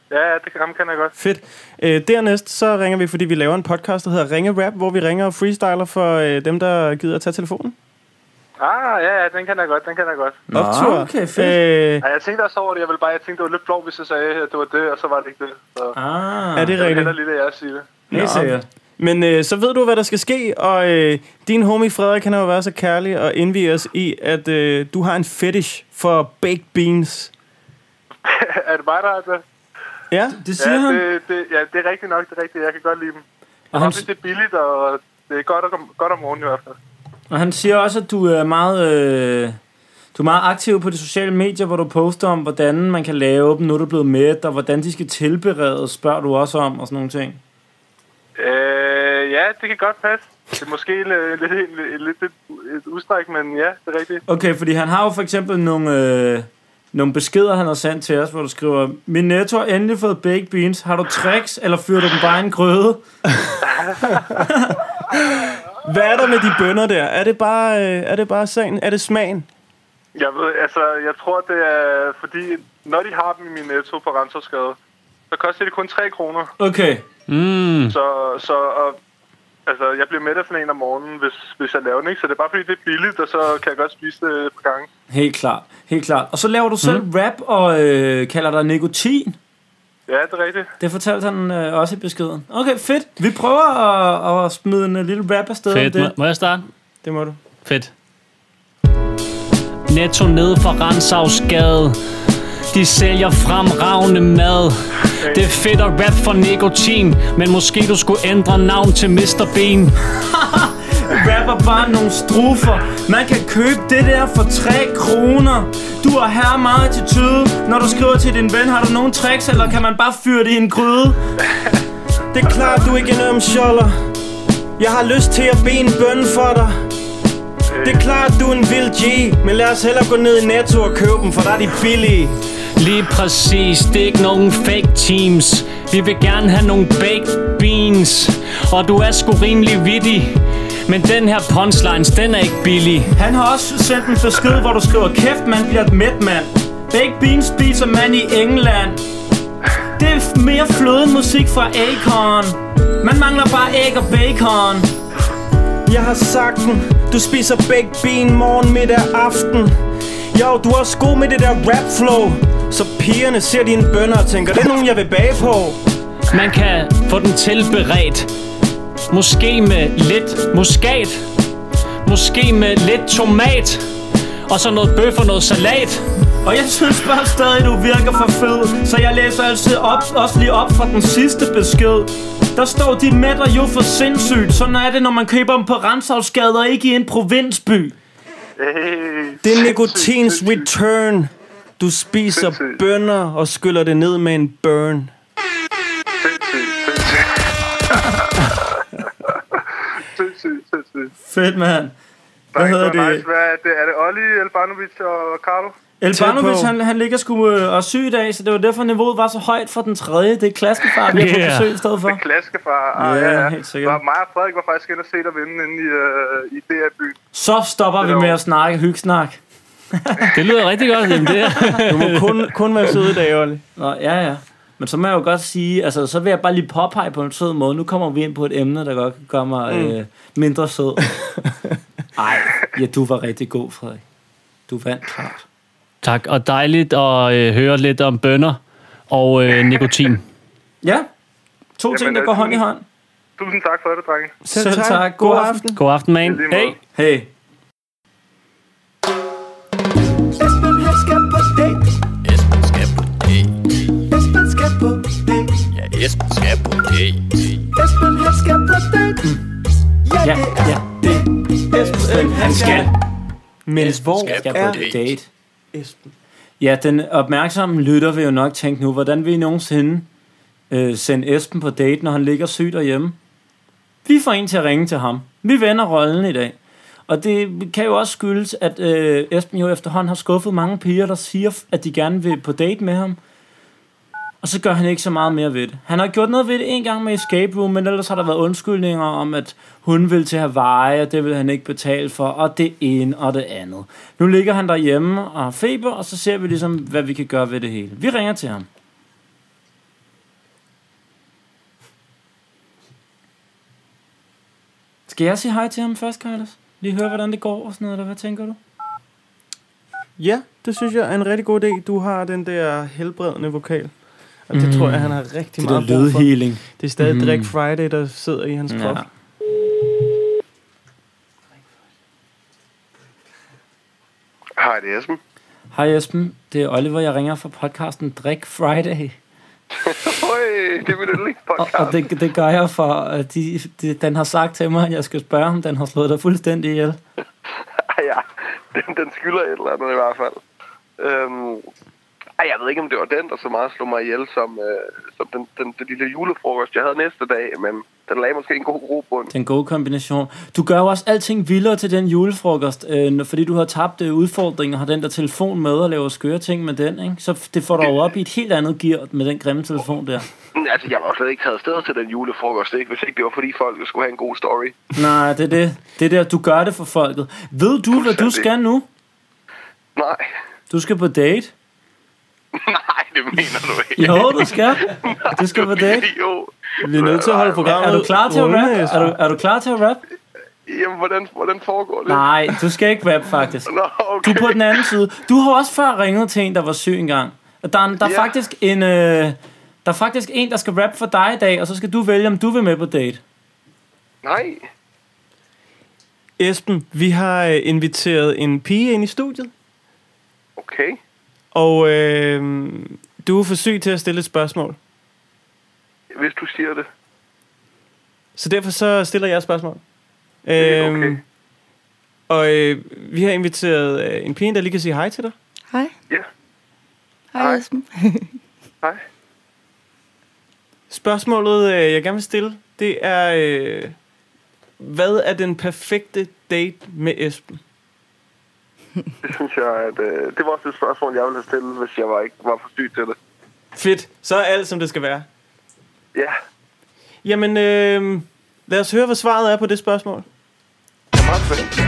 Speaker 4: Ja, det kan jeg godt.
Speaker 2: Fedt. Dernæst så ringer vi, fordi vi laver en podcast, der hedder Ringe Rap, hvor vi ringer og freestyler for dem, der gider at tage telefonen.
Speaker 4: Ja, den kan jeg godt.
Speaker 2: Optur.
Speaker 1: Okay, fedt.
Speaker 4: Jeg tænkte også over det. Jeg tænkte, det var lidt flot, hvis jeg sagde, at det var det, og så var det ikke det. Så
Speaker 2: er det rigtigt?
Speaker 4: Jeg lille, jeg siger det.
Speaker 1: Helt sikkert.
Speaker 2: Men så ved du, hvad der skal ske, og din homie Frederik kan jo være så kærlig og indvige os i, at du har en fetish for baked beans.
Speaker 4: Er det mig, der har det?
Speaker 2: Ja,
Speaker 1: det siger han.
Speaker 4: Det er rigtigt nok, det er rigtigt. Jeg kan godt lide dem.
Speaker 1: Og
Speaker 4: jeg synes, det er billigt, og det er godt om morgenen i hvert fald.
Speaker 1: Og han siger også, at du er meget aktiv på de sociale medier, hvor du poster om, hvordan man kan lave dem, nu er du blevet mæt, og hvordan de skal tilberedes, spørger du også om, og sådan nogle ting.
Speaker 4: Ja, det kan godt passe. Det er måske lidt et udstræk, men ja, det er rigtigt.
Speaker 1: Okay, fordi han har jo for eksempel nogle beskeder, han har sendt til os, hvor du skriver: Min Netto har endelig fået baked beans. Har du tricks, eller fyrer du dem bare i en grøde?
Speaker 2: Hvad er der med de bønner der? Er det bare sagen? Er det smagen?
Speaker 4: Jeg tror, det er fordi, når de har dem i min Netto på Renshavsgade, så koster det kun 3 kroner.
Speaker 1: Okay.
Speaker 4: Jeg bliver mæt af sådan en om morgenen, hvis jeg laver den, ikke? Så det er bare fordi, det er billigt, og så kan jeg godt spise det et par gange.
Speaker 1: Helt klart. Og så laver du selv rap og kalder dig Nikotin.
Speaker 4: Ja, det er rigtigt.
Speaker 1: Det fortalte han også i beskeden. Okay, fedt. Vi prøver at smide en lille rap afsted.
Speaker 3: Fedt. Må jeg starte?
Speaker 2: Det må du.
Speaker 3: Fedt. Netto nede fra Renshavsgade. De sælger fremragende mad. Det er fedt at rap for Nikotin, men måske du skulle ændre navn til Mr. Bean.
Speaker 1: Rapper bare nogle strufer. Man kan købe det der for 3 kroner. Du har her meget attitude. Når du skriver til din ven, har du nogle tricks, eller kan man bare fyre det i en gryde?
Speaker 2: Det er klart, du ikke er en øm sjoller. Jeg har lyst til at bede en bøn for dig. Det er klart, du er en vild G, men lad os hellere gå ned i Netto og købe dem, for der er de billige.
Speaker 3: Lige præcis, det er ikke nogen fake teams. Vi vil gerne have nogle baked beans. Og du er sgu rimelig vittig, men den her punchlines, den er ikke billig.
Speaker 1: Han har også sendt en besked, hvor du skriver: Kæft, man bliver et mæt mand. Baked beans spiser man i England. Det er mere fløden musik fra Akon. Man mangler bare æg og bacon.
Speaker 2: Jeg har sagt den. Du spiser baked bean morgen, middag, aften. Jo, du er også god med det der rap flow. Så pigerne ser dine bønner og tænker, det er nogen, jeg vil bage på.
Speaker 3: Man kan få den tilberedt. Måske med lidt muskat. Måske med lidt tomat. Og så noget bøf og noget salat.
Speaker 1: Og jeg synes bare stadig, du virker for fed. Så jeg læser altid også lige op fra den sidste besked. Der står: De mætter jo for sindssygt. Sådan er det, når man køber dem på Renshavsgade og ikke i en provinsby.
Speaker 2: Det er Nikotins return. Du spiser bønner og skyller det ned med en burn.
Speaker 1: Fedt, mand. Hvad hedder det?
Speaker 4: Nice. Er det Olli, Elbanovic og Carlo?
Speaker 1: Elbanovic, han ligger sgu og syg i dag, så det var derfor niveauet var så højt for den tredje. Det er klaskefar, vi har på besøg i stedet for.
Speaker 4: Det er klaskefar.
Speaker 1: Ja, helt sikkert.
Speaker 4: Mig og Frederik var faktisk inde og se dig vinde inde i DR-byen.
Speaker 1: Så stopper vi med at snakke hyggesnak.
Speaker 3: Det lyder rigtig godt. Jamen, det
Speaker 2: du må kun være sød i dag, Olli.
Speaker 1: Nå, ja. Men så må jeg jo godt sige, altså så vil jeg bare lige påpege på en sød måde. Nu kommer vi ind på et emne, der godt gør mig mindre sød. Ej, ja, du var rigtig god, Frederik. Du vandt klart.
Speaker 3: Tak, og dejligt at høre lidt om bønner og nikotin.
Speaker 1: Ja, ting, der går hånd i hånd.
Speaker 4: Tusind tak for det, drenge.
Speaker 1: Selv tak. God aften.
Speaker 3: God aften, man. Hey.
Speaker 1: Hey.
Speaker 8: Esben skal på date.
Speaker 10: Esben skal på date.
Speaker 8: Esben skal på date.
Speaker 10: Ja, Esben skal på date.
Speaker 8: Esben skal på date. Ja, det er det.
Speaker 1: Esben han skal.
Speaker 2: Men hvor
Speaker 1: skal på date? Esben. Ja, den opmærksomme lytter vil jo nok tænke nu, hvordan vil I nogensinde sende Esben på date, når han ligger syg derhjemme? Vi får en til at ringe til ham. Vi vender rollen i dag. Og det kan jo også skyldes, at Esben jo efterhånden har skuffet mange piger, der siger, at de gerne vil på date med ham. Og så gør han ikke så meget mere ved det. Han har gjort noget ved det en gang med Escape Room, men ellers har der været undskyldninger om, at hun vil til Hawaii, og det vil han ikke betale for, og det ene og det andet. Nu ligger han derhjemme og har feber, og så ser vi ligesom, hvad vi kan gøre ved det hele. Vi ringer til ham. Skal jeg sige hej til ham først, Carlos? Lige høre, hvordan det går og sådan noget, eller hvad tænker du?
Speaker 2: Ja, det synes jeg er en rigtig god idé. Du har den der helbredende vokal. Og det tror jeg, han har rigtig meget brug for.
Speaker 1: Lydhealing.
Speaker 2: Det er stadig Drake Friday, der sidder i hans krop.
Speaker 4: Hej, det er Esben.
Speaker 1: Hej Esben, det er Oliver, jeg ringer fra podcasten Drake Friday.
Speaker 4: Øj, det er min yndlingspodcast.
Speaker 1: Og det gør jeg for, at den har sagt til mig, at jeg skal spørge, om den har slået dig fuldstændig ihjel.
Speaker 4: Ja, den skylder et eller andet i hvert fald. Jeg ved ikke, om det var den, der så meget slog mig ihjel, som den lille julefrokost, jeg havde næste dag, men den lagde måske en god grobund.
Speaker 1: Det er en god kombination. Du gør jo også alting vildere til den julefrokost, fordi du har tabt udfordringen og har den der telefon med og laver skøre ting med den, ikke? Så det får dig jo op i et helt andet gear med den grimme telefon der.
Speaker 4: Altså, jeg var jo slet ikke taget sted til den julefrokost, ikke? Hvis ikke det var, fordi folk skulle have en god story.
Speaker 1: Nej, det er det. Det er der, du gør det for folket. Ved du, hvad du skal nu?
Speaker 4: Nej.
Speaker 1: Du skal på date.
Speaker 4: Nej, det mener du ikke.
Speaker 1: Jo, du skal. Du skal på date.
Speaker 4: Jo.
Speaker 2: Vi er nødt til at holde programmet.
Speaker 1: Er du klar til at rap? Er du klar til at rap?
Speaker 4: Jamen, hvordan foregår det?
Speaker 1: Nej, du skal ikke rap, faktisk.
Speaker 4: Nå, okay.
Speaker 1: Du er på den anden side. Du har også før ringet til en, der var syg engang. Der er faktisk en, der skal rappe for dig i dag, og så skal du vælge, om du vil med på date.
Speaker 4: Nej.
Speaker 2: Esben, vi har inviteret en pige ind i studiet.
Speaker 4: Okay.
Speaker 2: Og du er for syg til at stille et spørgsmål.
Speaker 4: Hvis du siger det.
Speaker 2: Så derfor så stiller jeg et spørgsmål.
Speaker 4: Okay.
Speaker 2: Og vi har inviteret en pige, der lige kan sige hej til dig.
Speaker 11: Hej.
Speaker 4: Ja.
Speaker 11: Hej, Esben.
Speaker 4: Hej.
Speaker 2: Spørgsmålet, jeg gerne vil stille, det er, hvad er den perfekte date med Esben?
Speaker 4: Det synes jeg, at det var også et spørgsmål, jeg ville have stillet, hvis jeg ikke var for syg til det.
Speaker 2: Fedt. Så er alt, som det skal være.
Speaker 4: Ja.
Speaker 2: Jamen, lad os høre, hvad svaret er på det spørgsmål.
Speaker 4: Det er meget fedt.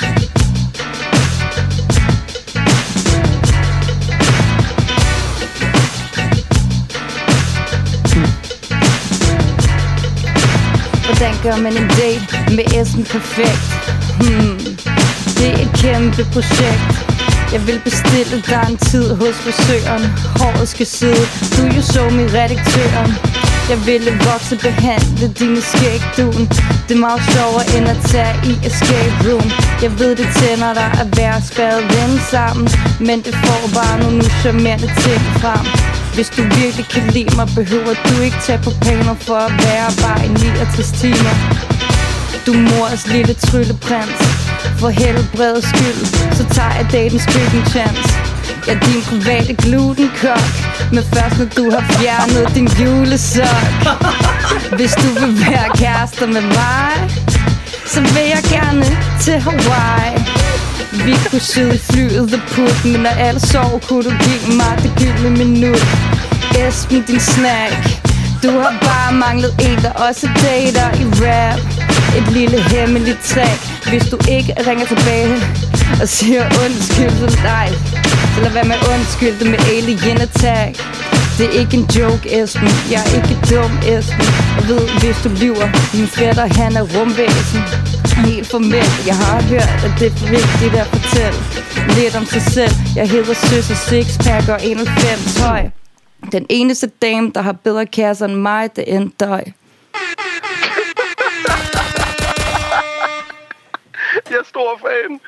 Speaker 11: Hvordan gør man en date med Esben perfekt? Det er et kæmpe projekt. Jeg vil bestille dig en tid hos frisøren. Håret skal sidde, du er jo så med redaktøren. Jeg ville voksebehandle dine skægduen. Det er meget sjovere end at tage i escape room. Jeg ved det tænder dig at være spærret ven sammen, men det får bare nogle charmerende ting frem. Hvis du virkelig kan lide mig, behøver du ikke tage på paner for at være bare i 69 timer. Du er mors lille trylleprins. For helbredets skyld, så tager jeg datens køkkenchance. Jeg er din private glutenkok, men først når du har fjernet din julesok. Hvis du vil være kærester med mig, så vil jeg gerne til Hawaii. Vi kunne sidde i flyet The Put, men når alle sov, kunne du give mig det gyldne minut. Esben, din snack. Du har bare manglet en, der også dater i rap. Et lille hemmeligt trick. Hvis du ikke ringer tilbage og siger undskyld, så nej. Så lad være med at undskylde det med alien attack. Det er ikke en joke, Esben. Jeg er ikke dum, Esben. Jeg ved, hvis du lyver, min fætter, han er rumvæsen. Helt formelt, jeg har hørt, at det er vigtigt at fortælle lidt om sig selv. Jeg hedder Søs og Sixpack og 91 høj. Den eneste dame, der har bedre kærester end mig, det er en døj.
Speaker 4: Jeg er stor fan.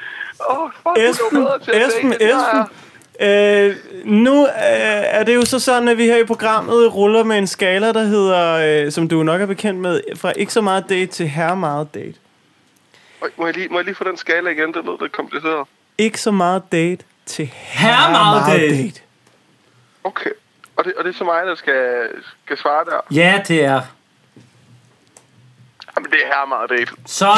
Speaker 2: Esben. Nu er det jo så sådan, at vi her i programmet ruller med en skala, der hedder, som du nok er bekendt med, fra ikke så meget date til her meget date.
Speaker 4: Må jeg lige få den skala igen? Det lød lidt kompliceret.
Speaker 2: Ikke så meget date til
Speaker 1: her meget date.
Speaker 4: Okay. Og det er så mig, der skal svare der?
Speaker 1: Ja, det er.
Speaker 4: Jamen, det er her meget date.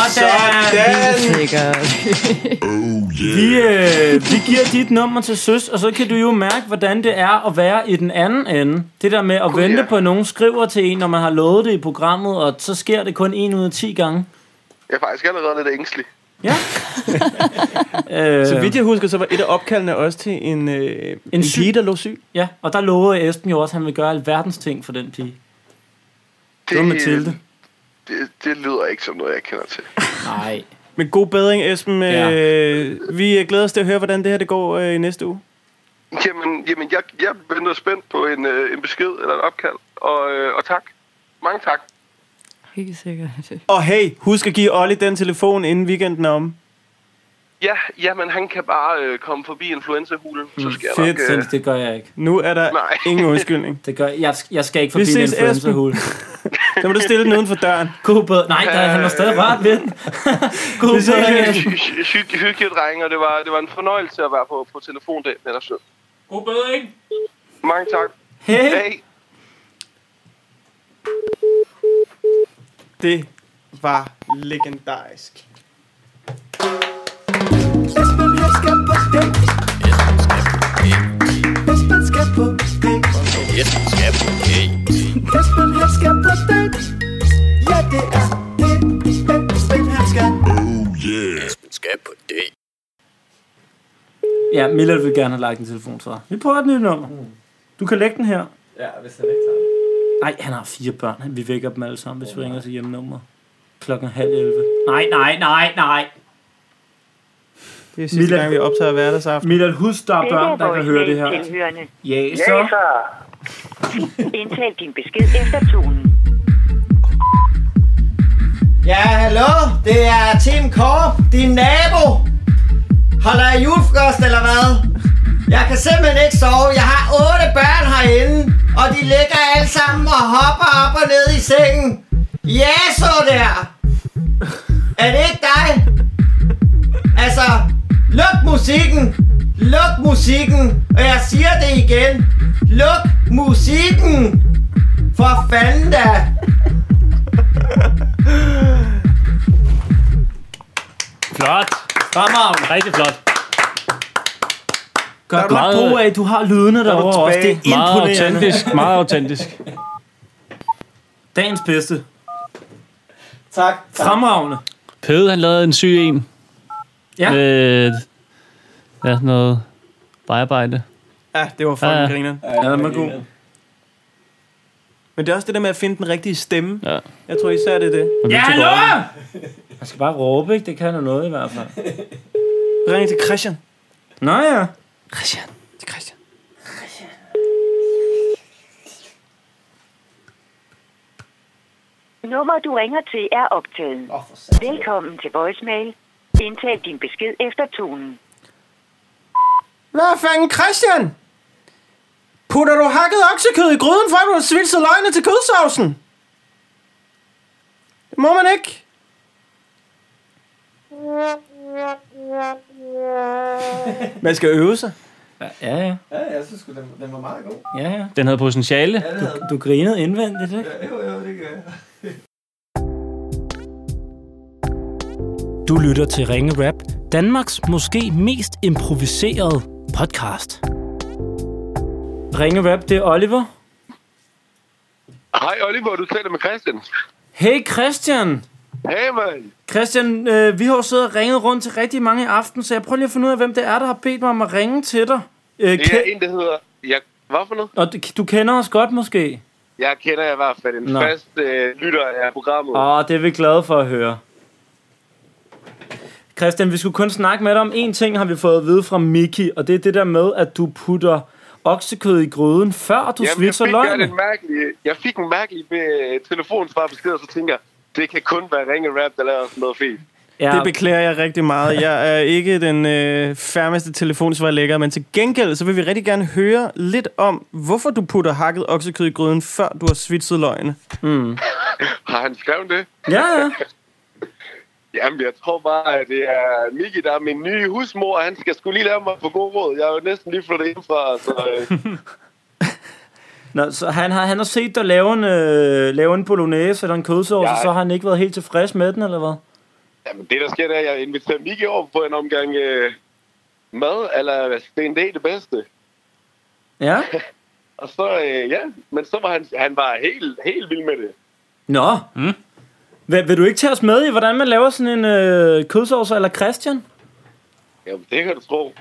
Speaker 1: Vi giver dit nummer til Søs, og så kan du jo mærke, hvordan det er at være i den anden ende. Det der med at vente på, at nogen skriver til en, når man har lovet det i programmet, og så sker det kun 1 ud af 10 gange.
Speaker 4: Jeg er faktisk allerede lidt ængstelig.
Speaker 1: Ja.
Speaker 2: Så vidt jeg husker, så var et af opkaldene også til en pige, der lå syg.
Speaker 1: Ja, og der lovede Esben jo også, at han vil gøre alverdens ting for den pige. Det var Mathilde.
Speaker 4: det lyder ikke som noget, jeg kender til.
Speaker 1: Nej.
Speaker 2: Men god bedring, Esben.
Speaker 1: Ja.
Speaker 2: Vi glæder os til at høre, hvordan det her det går i næste uge.
Speaker 4: Jamen jeg venter spændt på en besked eller et opkald. Og tak. Mange tak.
Speaker 11: Helt sikkert.
Speaker 2: Og hey, husk at give Olli den telefon, inden weekenden er om.
Speaker 4: Ja, men han kan bare komme forbi influenzahulen, så skal jeg
Speaker 2: fedt.
Speaker 4: nok...
Speaker 1: Det gør jeg ikke.
Speaker 2: Nu er der ingen undskyldning.
Speaker 1: Det gør jeg skal ikke forbi en influencerhul.
Speaker 2: Så må du stille den uden for døren.
Speaker 1: God bedring. Nej, han var stadig rart ved den. God bedring.
Speaker 4: Hyggelige drenge, og det var en fornøjelse at være på telefondag med dig selv.
Speaker 3: God bedring.
Speaker 4: Mange tak.
Speaker 1: Hey.
Speaker 2: Det var legendarisk.
Speaker 8: Esben skal på date.
Speaker 10: Esben skal på date.
Speaker 8: Esben han skal på date. Ja, det er det. Esben han skal. Oh yeah.
Speaker 10: Esben skal på date.
Speaker 1: Ja, Miller vil gerne have lagt en telefon til dig. Vi prøver et nyt nummer. Du kan lægge den her.
Speaker 6: Ja, hvis han ikke tager det.
Speaker 1: Nej, han har 4 børn. Vi vækker dem alle sammen, hvis vi ringer til hjemmenummer. 10:30. Nej.
Speaker 2: Det er sidste gang, vi optager hverdagsaften.
Speaker 1: Miller, husk, der er børn, der kan høre det her. Ja, så.
Speaker 12: Indtal din besked efter tonen.
Speaker 7: Ja, hallo? Det er Tim Korp, din nabo. Holder jeg julefrokost, eller hvad? Jeg kan simpelthen ikke sove. Jeg har 8 børn herinde, og de ligger alle sammen og hopper op og ned i sengen. Ja, så der. Er det ikke dig? Altså, luk musikken. Luk musikken. Og jeg siger det igen. Luk musikken. For fanden da.
Speaker 3: Flot.
Speaker 1: Fremragende.
Speaker 3: Rigtig flot.
Speaker 1: Gør godt brug af, du har lydene derovre også. Det er
Speaker 3: meget
Speaker 1: imponerende.
Speaker 3: autentisk. Meget autentisk.
Speaker 1: Dagens bedste.
Speaker 7: Tak.
Speaker 1: Fremragende.
Speaker 3: Pede, han lavede en syg en.
Speaker 1: Ja.
Speaker 3: Med noget vejarbejde.
Speaker 2: Ja, det var fucking griner.
Speaker 1: Ja, den var god.
Speaker 2: Men det er også det der med at finde den rigtige stemme.
Speaker 3: Ja.
Speaker 2: Jeg tror især, det er det.
Speaker 1: Ja, hallo! Man skal bare råbe, ikke? Det kan noget i hvert fald.
Speaker 2: Ring til Christian.
Speaker 1: Nå ja.
Speaker 2: Christian. Til Christian.
Speaker 12: Nummer du ringer til er optaget. Velkommen til voicemail. Indtal din besked efter tonen.
Speaker 2: Hvad fanden, Christian? Putter du hakket oksekød i gryden, for at du har svilset løgne til kødsausen? Det må man ikke. Man skal øve sig.
Speaker 1: Ja.
Speaker 6: Ja, jeg synes den var meget god.
Speaker 1: Ja.
Speaker 3: Den havde potentiale.
Speaker 6: Ja, det havde
Speaker 1: Du grinede indvendigt, ikke?
Speaker 6: Jo, det gør jeg.
Speaker 1: Du lytter til Ringe Rap, Danmarks måske mest improviserede podcast. Ringe Rap, det er Oliver.
Speaker 4: Hej Oliver, du taler med Christian.
Speaker 1: Hey Christian!
Speaker 4: Hey man!
Speaker 1: Christian, vi har jo siddet og ringet rundt til rigtig mange i aften, så jeg prøver lige at finde ud af, hvem det er, der har bedt mig om at ringe til dig.
Speaker 4: Det er en, der hedder... hvad for noget?
Speaker 1: Og du kender os godt måske?
Speaker 4: Jeg kender i hvert fald en fast lytter af programmet.
Speaker 1: Det er vi glade for at høre. Christian, vi skulle kun snakke med dig om en ting, har vi fået at vide fra Miki, og det er det der med, at du putter oksekød i gryden, før du svitser løgn.
Speaker 4: Jeg fik en mærkelig telefonsvarbesked, og så tænker jeg, det kan kun være Ringe Rap, der laver sådan noget fint.
Speaker 2: Ja. Det beklager jeg rigtig meget. Jeg er ikke den færmeste telefonsvarlægger, men til gengæld så vil vi rigtig gerne høre lidt om, hvorfor du putter hakket oksekød i gryden, før du har svitset løgene.
Speaker 4: Har han skrevet det?
Speaker 1: Ja.
Speaker 4: Jamen, jeg tror bare, at det er Miki, der er min nye husmor, og han skal sgu lige lave mig på god råd. Jeg er jo næsten lige flyttet hjemmefra, så...
Speaker 1: Nå, så han har set dig lave en bolognese eller en kødsovs, og så har han ikke været helt tilfreds med den, eller hvad?
Speaker 4: Jamen, det der sker, det er, at jeg inviterer Miki over på en omgang mad, eller det er det bedste.
Speaker 1: Ja.
Speaker 4: Og så, men så var han var helt vild med det.
Speaker 1: Nå. Vil du ikke tage os med i, hvordan man laver sådan en kødsovs eller Christian?
Speaker 4: Jamen, det kan du tro.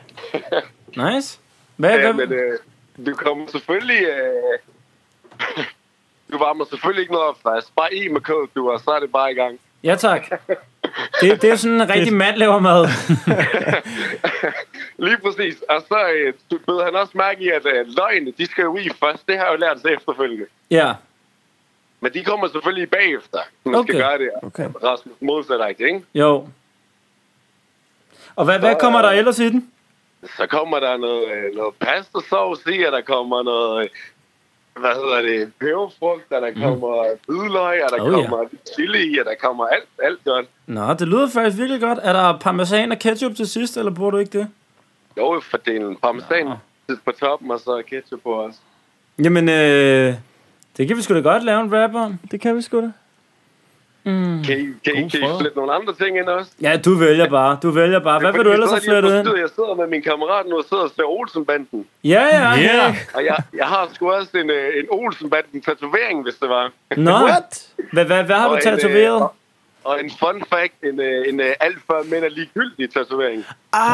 Speaker 1: Nice.
Speaker 4: Men du kommer selvfølgelig...
Speaker 13: Du varmer selvfølgelig ikke noget op fast. Bare i med kød, du, og så er det bare i gang.
Speaker 1: Ja, tak. Det er sådan en rigtig mand laver mad.
Speaker 13: Lige præcis. Og så bød han også mærke i, at løgene, de skal jo i først. Det har jeg jo lært sig efterfølgende.
Speaker 1: Ja.
Speaker 13: Men de kommer selvfølgelig bagefter, når man skal gøre det. Okay. Rasmus modsætter ikke?
Speaker 1: Jo. Og hvad kommer der ellers i den?
Speaker 13: Så kommer der noget pastasauce i, og der kommer noget... peberfrugt, og der kommer hvidløg, og der kommer chili i, og der kommer alt godt.
Speaker 1: Nå, det lyder faktisk virkelig godt. Er der parmesan og ketchup til sidst, eller bruger du ikke det?
Speaker 13: Jo, fordelen parmesan på toppen, og så ketchup på os.
Speaker 1: Jamen, det kan vi sgu da godt lave en rap om. Det kan vi sgu da.
Speaker 13: Kan I flette nogle andre ting ind også?
Speaker 1: Ja, du vælger bare. Hvad vil du ellers have flettet ind?
Speaker 13: Jeg sidder med min kammerat nu og sidder og ser Olsen-banden.
Speaker 1: Ja.
Speaker 13: Og jeg har sgu også en Olsen-banden-tatovering, hvis det var.
Speaker 1: Nå, hvad har du tatoveret?
Speaker 13: Og en fun fact, en alt for mænd er ligegyldig tatovering.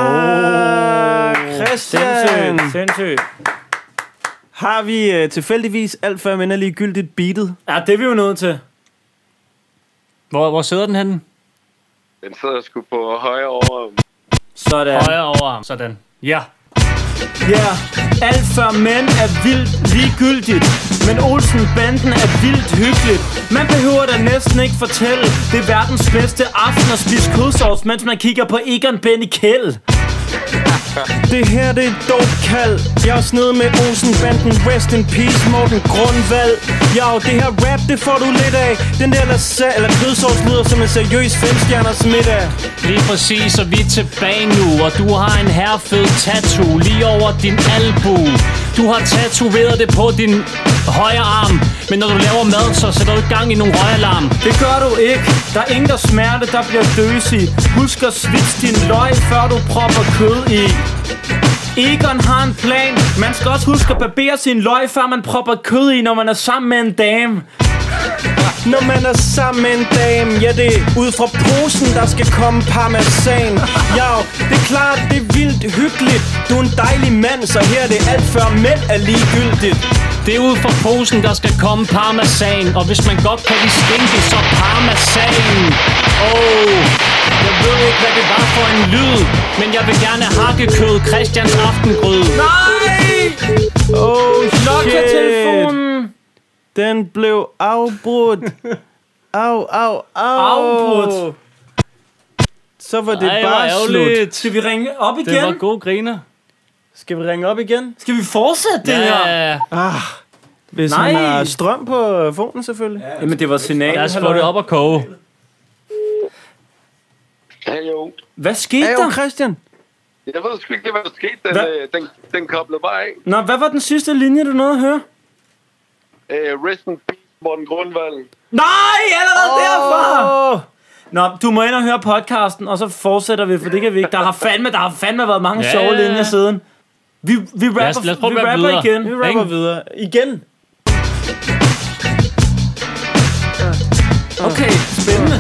Speaker 2: Christian!
Speaker 1: Sindssygt.
Speaker 2: Har vi tilfældigvis alt for mænd er ligegyldigt beatet?
Speaker 1: Ja, det er vi jo nødt til.
Speaker 3: Hvor sidder den henne?
Speaker 13: Den sidder sgu på højre overarm.
Speaker 1: Sådan.
Speaker 3: Højre overarm, sådan. Ja.
Speaker 1: Ja, alt før mænd er vildt ligegyldigt, men Olsen-banden er vildt hyggeligt. Man behøver da næsten ikke fortælle, det er verdens bedste aften at spise kødsovs, mens man kigger på Egon Benny Kjeld.
Speaker 2: Det her, det er et dope kald. Jeg er sned med Olsen-banden. Rest in peace, Morten Grundvald. Jo, det her rap, det får du lidt af. Den der eller kødsovs lyder som en seriøs 5-stjerners middag.
Speaker 3: Lige præcis, og vi er tilbage nu. Og du har en herrefed tattoo lige over din albu. Du har tatoveret det på din højre arm. Men når du laver mad, så sætter du i gang i nogle røgalarm.
Speaker 1: Det gør du ikke. Der er ingen der smerte, der bliver døsig. Husk at svitse din løg, før du propper kød i. Egon har en plan. Man skal også huske at barbere sin løg, før man propper kød i, når man er sammen med en dame.
Speaker 2: Når man er sammen med en dame, ja, det er ud fra posen, der skal komme parmesan. Jo, det er klart, det er vildt hyggeligt. Du er en dejlig mand, så her er det alt før mænd er ligegyldigt.
Speaker 3: Det er ud fra posen, der skal komme parmesan. Og hvis man godt kan lide skinke, så parmesan. Jeg ved ikke, hvad det var for en lyd, men jeg vil gerne hakkekød, Christians aftengrød.
Speaker 1: Nej!
Speaker 2: Shit. Den blev afbrudt. Afbrudt. Så var det bare slut.
Speaker 1: Skal vi ringe op igen?
Speaker 3: Det var gode griner.
Speaker 2: Skal vi ringe op igen?
Speaker 1: Skal vi fortsætte det her?
Speaker 2: Hvis han har strøm på fonen, selvfølgelig.
Speaker 1: Ja. Jamen, det var signal.
Speaker 3: Lad os få det op og koge.
Speaker 13: Hallo.
Speaker 1: Hvad skete der?
Speaker 2: Christian.
Speaker 13: Jeg ved sgu ikke, hvad der skete. Den koblede bare af.
Speaker 1: Nå, hvad var den sidste linje, du nåede at høre?
Speaker 13: Rest in peace, Morten Grundvald.
Speaker 1: Nej, allerede derfra! Nå, du må ind og høre podcasten, og så fortsætter vi, for det kan vi ikke. Der har fandme været mange sjove linjer siden. Vi rapper igen.
Speaker 2: Vi rapper videre. Igen.
Speaker 1: Okay, spændende.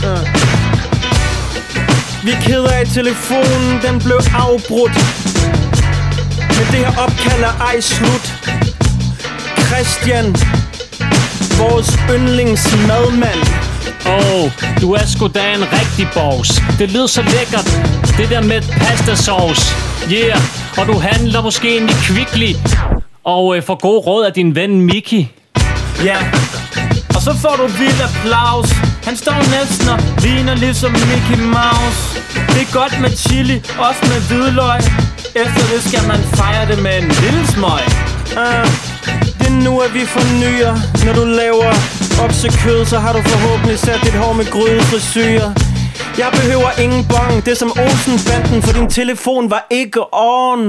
Speaker 2: Vi er ked af telefonen, den blev afbrudt. Men det her opkald er ej slut. Christian, vores yndlingsmadmand.
Speaker 3: Du er sgu da en rigtig boss. Det lyder så lækkert, det der med pastasauce. Yeah, og du handler måske ind i Kvickly og får gode råd af din ven Mickey.
Speaker 1: Ja, og så får du vild applaus. Han står næsten og ligner ligesom Mickey Mouse. Det er godt med chili, også med hvidløg. Efter det skal man fejre det med en lille smøg.
Speaker 2: Det er nu, at vi fornyer. Når du laver oksekød, så har du forhåbentlig sat dit hår med grydefrisyrer. Jeg behøver ingen bong, det er som Olsen-banden, for din telefon var ikke on.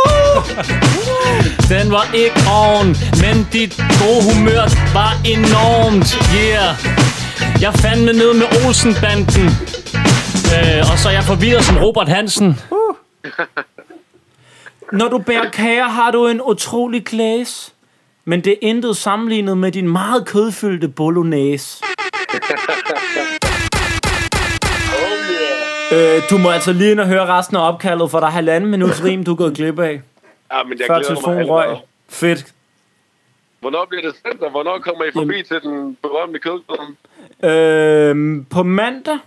Speaker 3: Den var ikke on, men dit gode humør var enormt. Yeah. Jeg fandt med ned med Olsen-banden. Og så er jeg forvirret som Robert Hansen.
Speaker 1: Når du bærer kager, har du en utrolig glæs. Men det er intet sammenlignet med din meget kødfyldte bolognese. Du må altså lige ind og høre resten af opkaldet, for der er 1,5 minuts rim, du er gået glip af.
Speaker 13: Ja, men jeg
Speaker 1: før
Speaker 13: glæder
Speaker 1: telefonen
Speaker 13: mig
Speaker 1: røg. Fedt.
Speaker 13: Hvornår bliver det sendt, og hvornår kommer I forbi til den berømte kødgruppe?
Speaker 1: På mandag.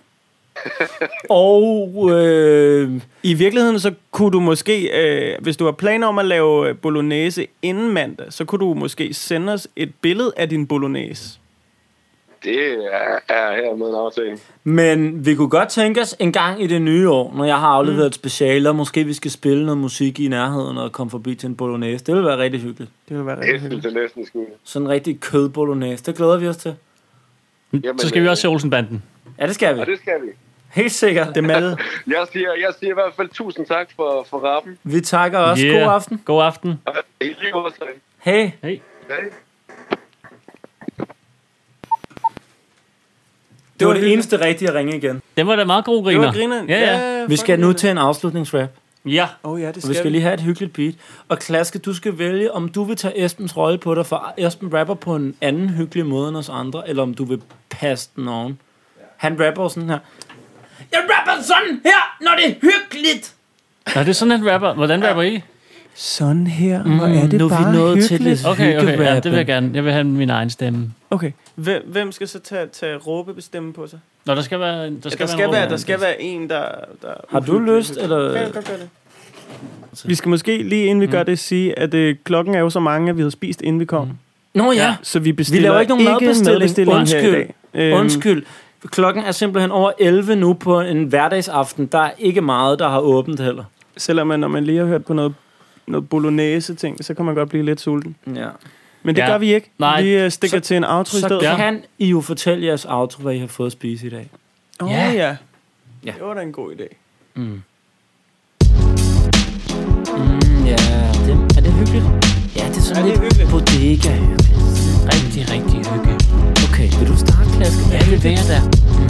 Speaker 1: Og
Speaker 2: i virkeligheden så kunne du måske, hvis du har planer om at lave bolognese inden mandag, så kunne du måske sende os et billede af din bolognese.
Speaker 13: Det er her med en aftale.
Speaker 1: Men vi kunne godt tænke os en gang i det nye år, når jeg har afleveret et speciale, og måske vi skal spille noget musik i nærheden og komme forbi til en bolognese. Det vil være rigtig hyggeligt.
Speaker 2: Det vil være rigtig hyggeligt.
Speaker 13: Det er næsten sgu.
Speaker 1: Sådan en rigtig kødbolognese. Det glæder vi os til.
Speaker 3: Jamen, så skal vi også se Olsenbanden.
Speaker 1: Ja, det skal vi.
Speaker 13: Ja, det skal vi.
Speaker 1: Helt sikkert.
Speaker 2: Det er med.
Speaker 13: Jeg siger i hvert fald tusind tak for rappen.
Speaker 1: Vi takker også.
Speaker 3: Yeah.
Speaker 1: God aften.
Speaker 3: God aften.
Speaker 1: Hej.
Speaker 3: Hej.
Speaker 1: Det var det eneste rigtige at ringe igen.
Speaker 3: Det var da meget god griner.
Speaker 2: Det var grineren.
Speaker 3: Ja.
Speaker 1: Vi skal nu til en afslutningsrap.
Speaker 3: Ja.
Speaker 2: Ja, det skal
Speaker 1: vi skal lige have et hyggeligt beat. Og Klaske, du skal vælge, om du vil tage Esbens rolle på dig, for Esben rapper på en anden hyggelig måde end os andre, eller om du vil passe den oven. Han rapper sådan her. Jeg rapper sådan her, når det er hyggeligt.
Speaker 3: Nå, det er sådan, han rapper. Hvordan rapper I?
Speaker 2: Sådan her, hvor er det
Speaker 1: nu
Speaker 2: bare
Speaker 1: vi nået
Speaker 2: hyggeligt.
Speaker 1: til
Speaker 3: Okay, ja, det vil jeg gerne. Jeg vil have min egen stemme.
Speaker 2: Okay. Hvem skal så tage råbebestemme på sig?
Speaker 3: Nå, der skal være
Speaker 2: Der skal være en, der
Speaker 1: har du lyst, eller?
Speaker 2: Kan jeg godt gøre det. Vi skal måske lige inden vi gør det sige, at klokken er jo så mange, at vi havde spist inden vi kom.
Speaker 1: Nå ja.
Speaker 2: Så vi bestiller
Speaker 1: laver ikke nogen madbestilling.
Speaker 2: Undskyld.
Speaker 1: Her i dag. Undskyld. Klokken er simpelthen over 11 nu på en hverdagsaften. Der er ikke meget, der har åbent heller.
Speaker 2: Selvom når man lige har hørt på noget bolognese-ting, så kan man godt blive lidt sulten.
Speaker 1: Ja.
Speaker 2: Men det gør vi ikke.
Speaker 3: Nej.
Speaker 2: Vi stikker til en outro i stedet.
Speaker 1: Så kan I jo fortælle jeres outro, hvad I har fået at spise i dag.
Speaker 2: Ja. Det var da en god idé.
Speaker 1: Ja, er det hyggeligt? Ja, det er sådan lidt bodega hyggeligt.
Speaker 3: Rigtig, rigtig hyggeligt.
Speaker 1: Okay, vil du starte, Klaske?
Speaker 3: Ja, det vil jeg da.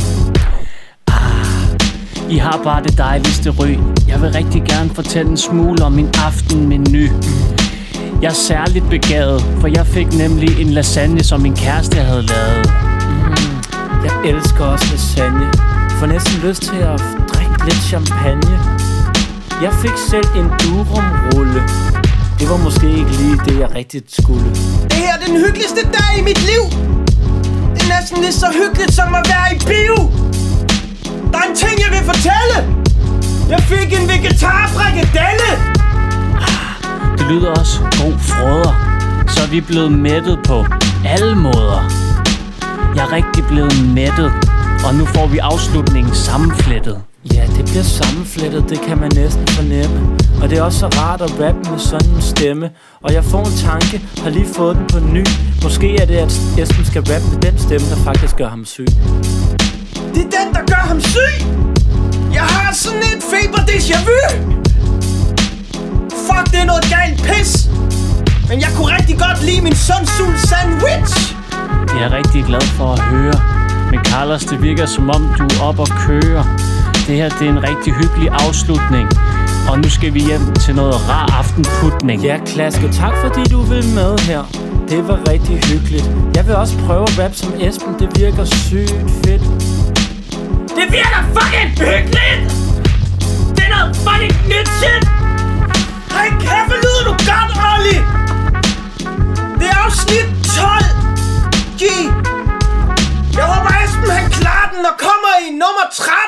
Speaker 3: I har bare det dejligste ry. Jeg vil rigtig gerne fortælle en smule om min aftenmenu. Jeg er særligt begavet, for jeg fik nemlig en lasagne, som min kæreste havde lavet.
Speaker 1: Jeg elsker også lasagne. Får næsten lyst til at drikke lidt champagne. Jeg fik selv en durumrulle. Det var måske ikke lige det, jeg rigtigt skulle.
Speaker 14: Det her er den hyggeligste dag i mit liv. Det er næsten lige så hyggeligt som at være i bio. Der er en ting, jeg vil fortælle. Jeg fik en vegetarfrikadelle.
Speaker 3: Det lyder også god frøder. Så er vi blevet mættet på alle måder. Jeg er rigtig blevet mættet. Og nu får vi afslutningen sammenflettet.
Speaker 1: Ja, det bliver sammenflettet, det kan man næsten fornemme. Og det er også så rart at rappe med sådan en stemme. Og jeg får en tanke, har lige fået den på ny. Måske er det, at Esben skal rappe med den stemme, der faktisk gør ham syg.
Speaker 14: Det er den, der gør ham syg. Jeg har sådan et feber déjà vu. Fuck, det er noget galt pis. Men jeg kunne rigtig godt lide min sunsul sandwich.
Speaker 3: Jeg er rigtig glad for at høre. Men Carlos, det virker som om du er op og kører. Det her, det er en rigtig hyggelig afslutning. Og nu skal vi hjem til noget rar aftenputning.
Speaker 1: Ja, Klaske, tak fordi du vil med her. Det var rigtig hyggeligt. Jeg vil også prøve at rappe som Esben. Det virker sygt fedt.
Speaker 14: Det virker fucking hyggeligt. Det er noget fucking nyt shit. Hej, kæft, lyder du godt, Olli. Det er afsnit 12. G. Jeg håber, Esben han klarer den og kommer i nummer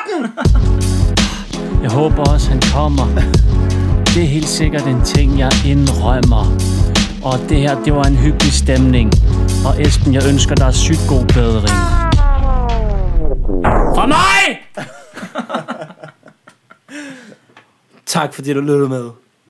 Speaker 14: 13.
Speaker 3: Jeg håber også, han kommer. Det er helt sikkert en ting, jeg indrømmer. Og det her, det var en hyggelig stemning. Og Esben, jeg ønsker dig sygt god bedring. Fra mig!
Speaker 1: Tak fordi du lyttede med.